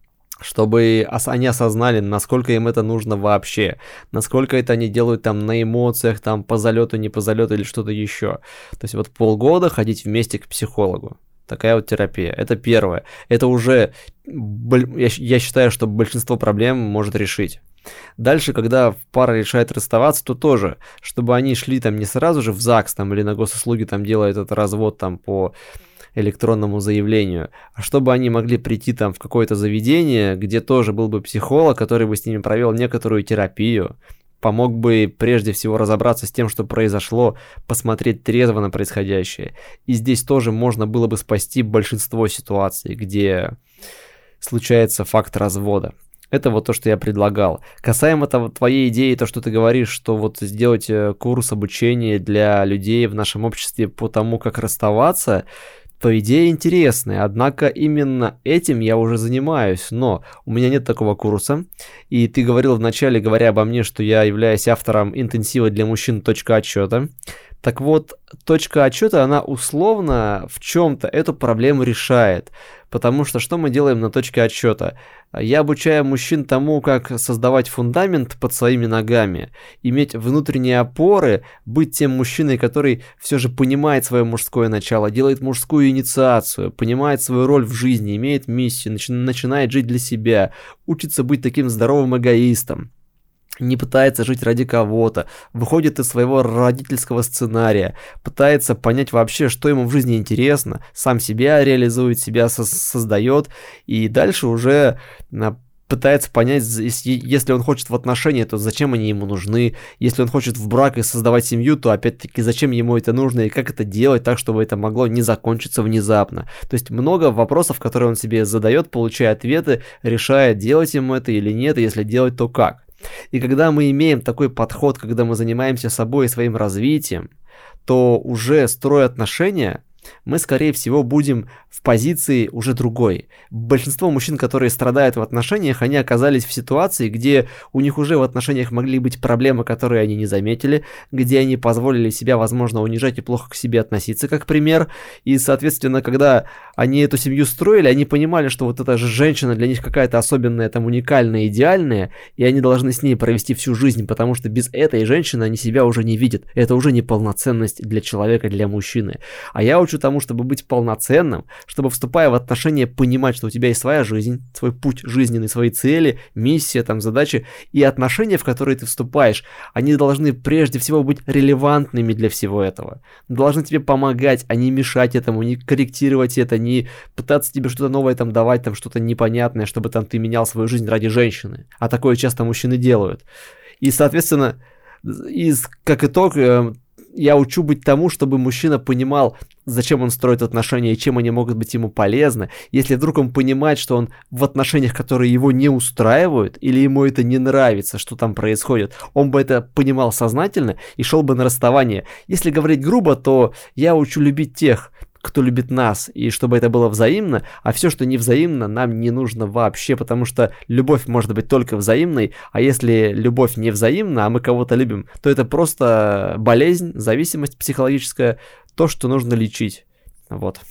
чтобы ос- они осознали, насколько им это нужно вообще, насколько это они делают там на эмоциях, там по залету, не по залету или что-то еще. То есть вот полгода ходить вместе к психологу. Такая вот терапия. Это первое. Это уже, боль- я, щ- я считаю, что большинство проблем может решить. Дальше, когда пара решает расставаться, то тоже, чтобы они шли там не сразу же в ЗАГС там, или на госуслуги там делают этот развод там по электронному заявлению, а чтобы они могли прийти там в какое-то заведение, где тоже был бы психолог, который бы с ними провел некоторую терапию, помог бы прежде всего разобраться с тем, что произошло, посмотреть трезво на происходящее. И здесь тоже можно было бы спасти большинство ситуаций, где случается факт развода. Это вот то, что я предлагал. Касаемо того, твоей идеи, то, что ты говоришь, что вот сделать э, курс обучения для людей в нашем обществе по тому, как расставаться, то идея интересная, однако именно этим я уже занимаюсь, но у меня нет такого курса, и ты говорил вначале, говоря обо мне, что я являюсь автором интенсива для мужчин «Точка отсчета». Так вот, точка отсчета, она условно в чем-то эту проблему решает. Потому что что мы делаем на точке отсчета? Я обучаю мужчин тому, как создавать фундамент под своими ногами, иметь внутренние опоры, быть тем мужчиной, который все же понимает свое мужское начало, делает мужскую инициацию, понимает свою роль в жизни, имеет миссию, начи- начинает жить для себя, учится быть таким здоровым эгоистом, не пытается жить ради кого-то, выходит из своего родительского сценария, пытается понять вообще, что ему в жизни интересно, сам себя реализует, себя со- создает, и дальше уже а, пытается понять, з- если если он хочет в отношения, то зачем они ему нужны, если он хочет в брак и создавать семью, то опять-таки зачем ему это нужно и как это делать так, чтобы это могло не закончиться внезапно. То есть много вопросов, которые он себе задает, получая ответы, решая, делать ему это или нет, и если делать, то как. И когда мы имеем такой подход, когда мы занимаемся собой и своим развитием, то уже строя отношения, мы, скорее всего, будем в позиции уже другой. Большинство мужчин, которые страдают в отношениях, они оказались в ситуации, где у них уже в отношениях могли быть проблемы, которые они не заметили, где они позволили себя, возможно, унижать и плохо к себе относиться, как пример. И, соответственно, когда они эту семью строили, они понимали, что вот эта же женщина для них какая-то особенная, там, уникальная, идеальная, и они должны с ней провести всю жизнь, потому что без этой женщины они себя уже не видят. Это уже не полноценность для человека, для мужчины. А я учу тому, чтобы быть полноценным, чтобы, вступая в отношения, понимать, что у тебя есть своя жизнь, свой путь жизненный, свои цели, миссия, там, задачи, и отношения, в которые ты вступаешь, они должны прежде всего быть релевантными для всего этого. Должны тебе помогать, а не мешать этому, не корректировать это, не пытаться тебе что-то новое там давать, там что-то непонятное, чтобы там ты менял свою жизнь ради женщины. А такое часто мужчины делают. И, соответственно, из, как итог, э, я учу быть тому, чтобы мужчина понимал, зачем он строит отношения и чем они могут быть ему полезны. Если вдруг он понимает, что он в отношениях, которые его не устраивают, или ему это не нравится, что там происходит, он бы это понимал сознательно и шел бы на расставание. Если говорить грубо, то я учу любить тех, кто любит нас, и чтобы это было взаимно, а все, что не взаимно, нам не нужно вообще, потому что любовь может быть только взаимной, а если любовь не взаимна, а мы кого-то любим, то это просто болезнь, зависимость психологическая, то, что нужно лечить. Вот.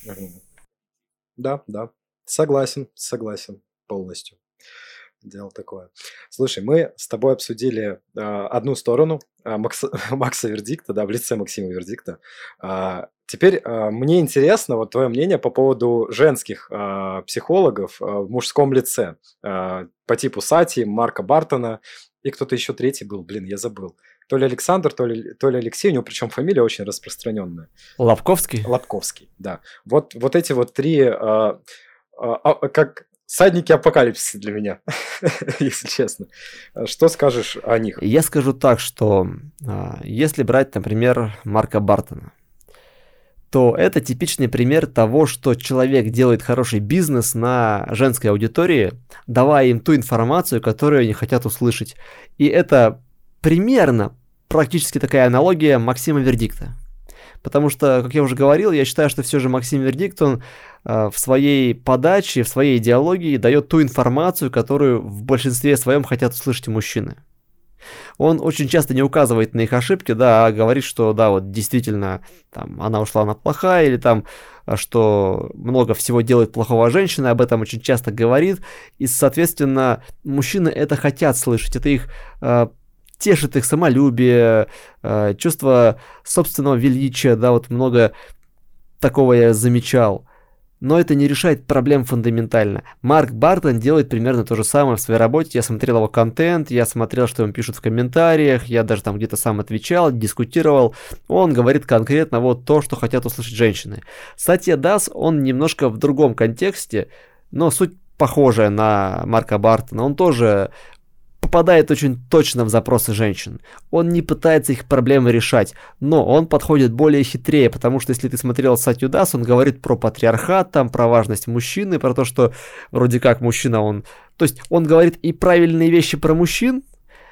Да, да. Согласен, согласен полностью. Дело такое. Слушай, мы с тобой обсудили э, одну сторону э, Макса, Макса Вердикта, да, в лице Максима Вердикта. А, теперь э, мне интересно вот твое мнение по поводу женских э, психологов э, в мужском лице. Э, по типу Сати, Марка Бартона и кто-то еще третий был, блин, я забыл. то ли Александр, то ли, то ли Алексей, у него причем фамилия очень распространенная. Лобковский? Лобковский, да. Вот, вот эти вот три, а, а, как всадники апокалипсиса для меня, если честно. Что скажешь о них? Я скажу так, что если брать, например, Марка Бартона, то это типичный пример того, что человек делает хороший бизнес на женской аудитории, давая им ту информацию, которую они хотят услышать. И это примерно практически такая аналогия Максима Вердикта. Потому что, как я уже говорил, я считаю, что все же Максим Вердикт, он э, в своей подаче, в своей идеологии дает ту информацию, которую в большинстве своем хотят услышать мужчины. Он очень часто не указывает на их ошибки, да, а говорит, что да, вот действительно, там, она ушла, она плохая, или там, что много всего делает плохого женщина, об этом очень часто говорит, и, соответственно, мужчины это хотят слышать, это их э, тешит их самолюбие, э, чувство собственного величия, да, вот много такого я замечал. Но это не решает проблем фундаментально. Марк Бартон делает примерно то же самое в своей работе. Я смотрел его контент, я смотрел, что он пишет в комментариях, я даже там где-то сам отвечал, дискутировал. Он говорит конкретно вот то, что хотят услышать женщины. Сатья Дас, он немножко в другом контексте, но суть похожая на Марка Бартона. Он тоже попадает очень точно в запросы женщин. Он не пытается их проблемы решать, но он подходит более хитрее, потому что если ты смотрел Сатью Дас, он говорит про патриархат, там, про важность мужчины, про то, что вроде как мужчина, он... То есть он говорит и правильные вещи про мужчин,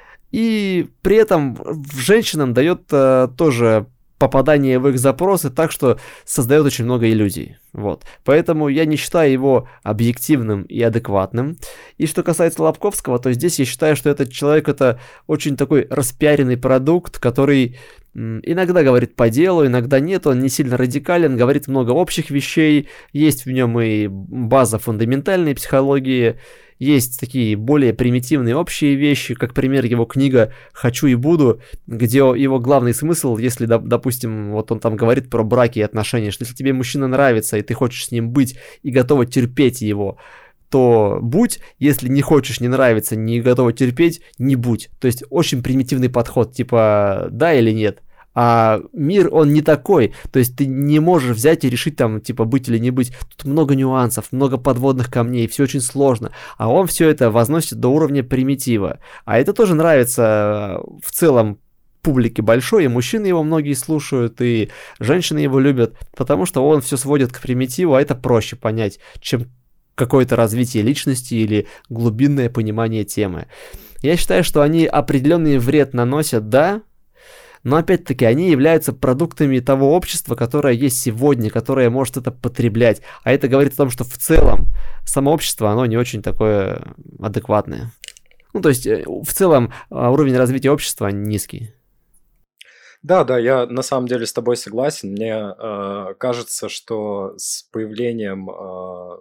и при этом женщинам дает э, тоже попадание в их запросы, так что создает очень много иллюзий. Вот. Поэтому я не считаю его объективным и адекватным. И что касается Лобковского, то здесь я считаю, что этот человек это очень такой распиаренный продукт, который м, иногда говорит по делу, иногда нет, он не сильно радикален, говорит много общих вещей, есть в нем и база фундаментальной психологии, есть такие более примитивные общие вещи, как, пример, его книга «Хочу и буду», где его главный смысл, если, допустим, вот он там говорит про браки и отношения, что если тебе мужчина нравится, и ты хочешь с ним быть, и готова терпеть его, то будь, если не хочешь, не нравится, не готова терпеть, не будь. То есть очень примитивный подход, типа да или нет. А мир, он не такой, то есть ты не можешь взять и решить там, типа, быть или не быть. Тут много нюансов, много подводных камней, все очень сложно. А он все это возносит до уровня примитива. А это тоже нравится в целом публике большой, и мужчины его многие слушают, и женщины его любят, потому что он все сводит к примитиву, а это проще понять, чем какое-то развитие личности или глубинное понимание темы. Я считаю, что они определенный вред наносят, да, но опять-таки они являются продуктами того общества, которое есть сегодня, которое может это потреблять. А это говорит о том, что в целом само общество, оно не очень такое адекватное. Ну, то есть в целом уровень развития общества низкий. Да, да, я на самом деле с тобой согласен. Мне э, кажется, что с появлением э,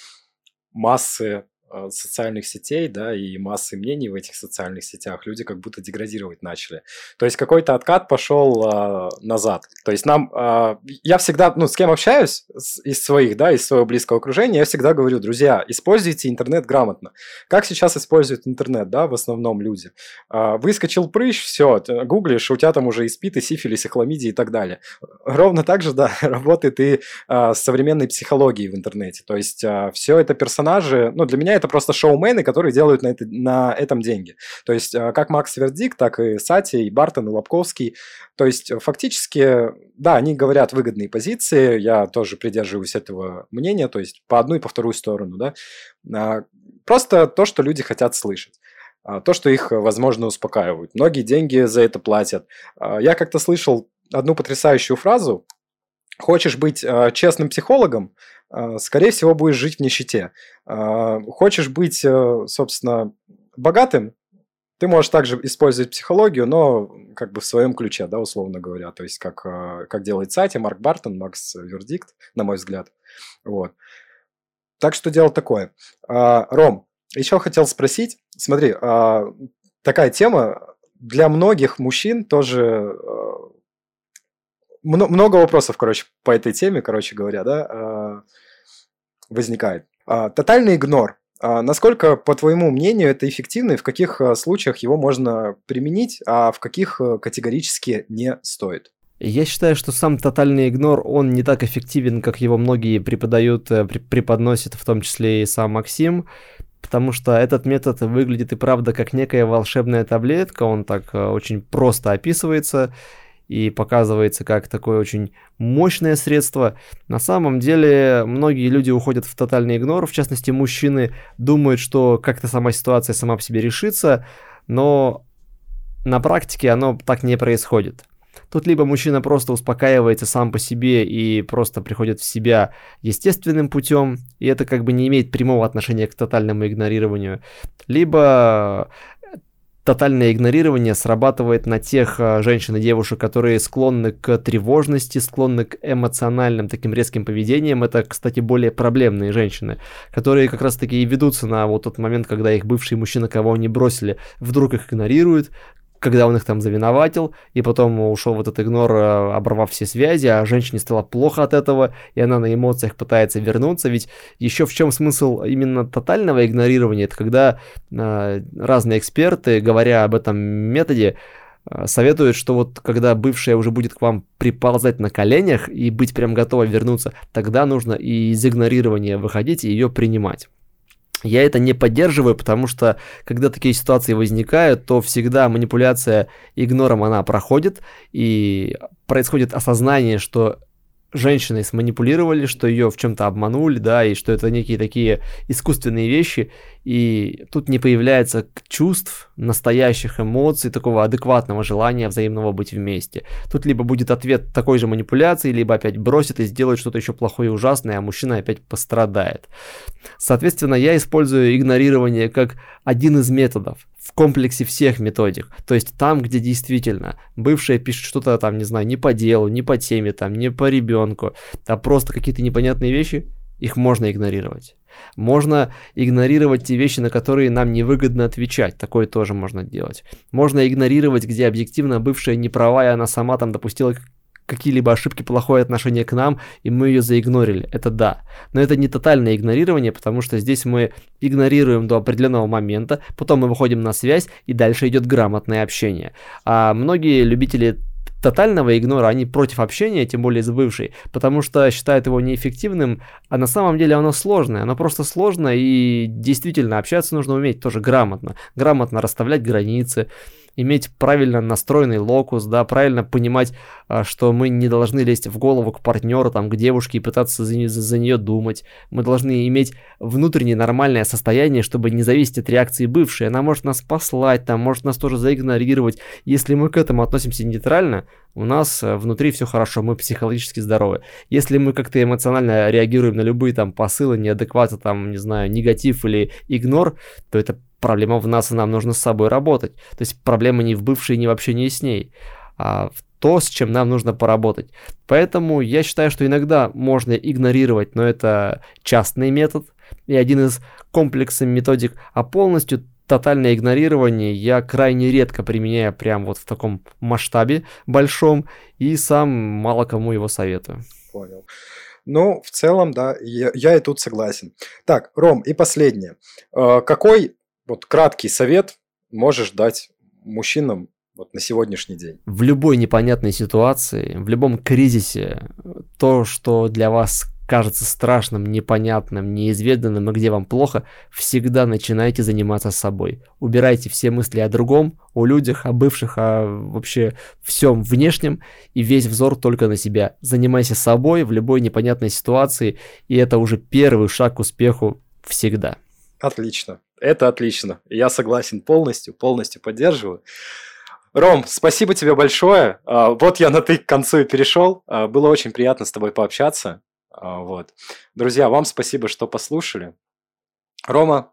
массы э, социальных сетей, да, и массы мнений в этих социальных сетях, люди как будто деградировать начали. То есть какой-то откат пошел э, назад. То есть нам, э, я всегда, ну, с кем общаюсь с, из своих, да, из своего близкого окружения, я всегда говорю, друзья, используйте интернет грамотно. Как сейчас используют интернет, да, в основном люди? Э, выскочил прыщ, все, гуглишь, у тебя там уже и спид, и сифилис, и хламидия и так далее. Ровно так же, да, работает и э, с современной психологией в интернете. То есть э, все это персонажи, ну, для меня это просто шоумены, которые делают на, это, на этом деньги. То есть э, как Макс Вердикт, так и Сати, и Бартон, и Лобковский. То есть фактически, да, они говорят выгодные позиции, я тоже придерживаюсь этого мнения, то есть по одну и по вторую сторону, да. Э, просто то, что люди хотят слышать. То, что их, возможно, успокаивают. Многие деньги за это платят. Я как-то слышал одну потрясающую фразу. Хочешь быть э, честным психологом, э, скорее всего, будешь жить в нищете. Э, хочешь быть, э, собственно, богатым, ты можешь также использовать психологию, но как бы в своем ключе, да, условно говоря. То есть как, э, как делает Сати, Марк Бартон, Макс Вердикт, на мой взгляд. Вот. Так что дело такое. Э, Ром, еще хотел спросить. Смотри, э, такая тема для многих мужчин тоже... Э, много вопросов, короче, по этой теме, короче говоря, да, возникает. Тотальный игнор. А насколько, по твоему мнению, это эффективно и в каких а, случаях его можно применить, а в каких а, категорически не стоит? Я считаю, что сам тотальный игнор, он не так эффективен, как его многие преподают, э, при- преподносят, в том числе и сам Максим, потому что этот метод выглядит и правда как некая волшебная таблетка, он так э, очень просто описывается и показывается как такое очень мощное средство. На самом деле многие люди уходят в тотальный игнор, в частности мужчины думают, что как-то сама ситуация сама по себе решится, но на практике оно так не происходит. Тут либо мужчина просто успокаивается сам по себе и просто приходит в себя естественным путем, и это как бы не имеет прямого отношения к тотальному игнорированию, либо тотальное игнорирование срабатывает на тех а, женщин и девушек, которые склонны к тревожности, склонны к эмоциональным таким резким поведениям. Это, кстати, более проблемные женщины, которые как раз-таки и ведутся на вот тот момент, когда их бывший мужчина, кого они бросили, вдруг их игнорирует, когда он их там завиноватил, и потом ушел в этот игнор, э, оборвав все связи, а женщине стало плохо от этого, и она на эмоциях пытается вернуться, ведь еще в чем смысл именно тотального игнорирования, это когда э, разные эксперты, говоря об этом методе, э, советуют, что вот когда бывшая уже будет к вам приползать на коленях и быть прям готова вернуться, тогда нужно и из игнорирования выходить и ее принимать. Я это не поддерживаю, потому что когда такие ситуации возникают, то всегда манипуляция игнором она проходит, и происходит осознание, что женщиной сманипулировали, что ее в чем-то обманули, да, и что это некие такие искусственные вещи, и тут не появляется чувств, настоящих эмоций, такого адекватного желания взаимного быть вместе. Тут либо будет ответ такой же манипуляции, либо опять бросит и сделает что-то еще плохое и ужасное, а мужчина опять пострадает. Соответственно, я использую игнорирование как один из методов в комплексе всех методик. То есть там, где действительно бывшая пишет что-то там, не знаю, не по делу, не по теме, там, не по ребенку, а просто какие-то непонятные вещи, их можно игнорировать. Можно игнорировать те вещи, на которые нам невыгодно отвечать. Такое тоже можно делать. Можно игнорировать, где объективно бывшая не права, и она сама там допустила какие-либо ошибки, плохое отношение к нам, и мы ее заигнорили. Это да. Но это не тотальное игнорирование, потому что здесь мы игнорируем до определенного момента, потом мы выходим на связь, и дальше идет грамотное общение. А многие любители тотального игнора, они против общения, тем более с бывшей, потому что считают его неэффективным, а на самом деле оно сложное, оно просто сложно, и действительно общаться нужно уметь тоже грамотно, грамотно расставлять границы, иметь правильно настроенный локус, да, правильно понимать, что мы не должны лезть в голову к партнеру, там, к девушке и пытаться за, за, за нее думать. Мы должны иметь внутреннее нормальное состояние, чтобы не зависеть от реакции бывшей. Она может нас послать, там, может нас тоже заигнорировать. Если мы к этому относимся нейтрально, у нас внутри все хорошо, мы психологически здоровы. Если мы как-то эмоционально реагируем на любые там посылы, неадекваты, там, не знаю, негатив или игнор, то это проблема в нас, и нам нужно с собой работать. То есть проблема не в бывшей, не в общении с ней, а в то, с чем нам нужно поработать. Поэтому я считаю, что иногда можно игнорировать, но это частный метод и один из комплексов методик, а полностью тотальное игнорирование я крайне редко применяю прям вот в таком масштабе большом, и сам мало кому его советую. Понял. Ну, в целом, да, я, я и тут согласен. Так, Ром, и последнее. Э, какой вот краткий совет можешь дать мужчинам вот на сегодняшний день? В любой непонятной ситуации, в любом кризисе, то, что для вас кажется страшным, непонятным, неизведанным и где вам плохо, всегда начинайте заниматься собой. Убирайте все мысли о другом, о людях, о бывших, о вообще всем внешнем и весь взор только на себя. Занимайся собой в любой непонятной ситуации, и это уже первый шаг к успеху всегда. Отлично. Это отлично. Я согласен полностью, полностью поддерживаю. Ром, спасибо тебе большое. Вот я на «ты» к концу и перешел. Было очень приятно с тобой пообщаться. Вот. Друзья, вам спасибо, что послушали. Рома,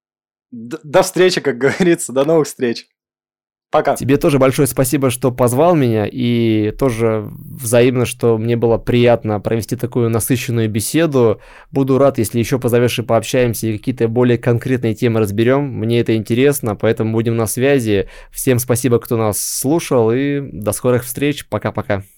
до встречи, как говорится, до новых встреч. Пока. Тебе тоже большое спасибо, что позвал меня, и тоже взаимно, что мне было приятно провести такую насыщенную беседу. Буду рад, если еще позовешь и пообщаемся, и какие-то более конкретные темы разберем. Мне это интересно, поэтому будем на связи. Всем спасибо, кто нас слушал, и до скорых встреч. Пока-пока.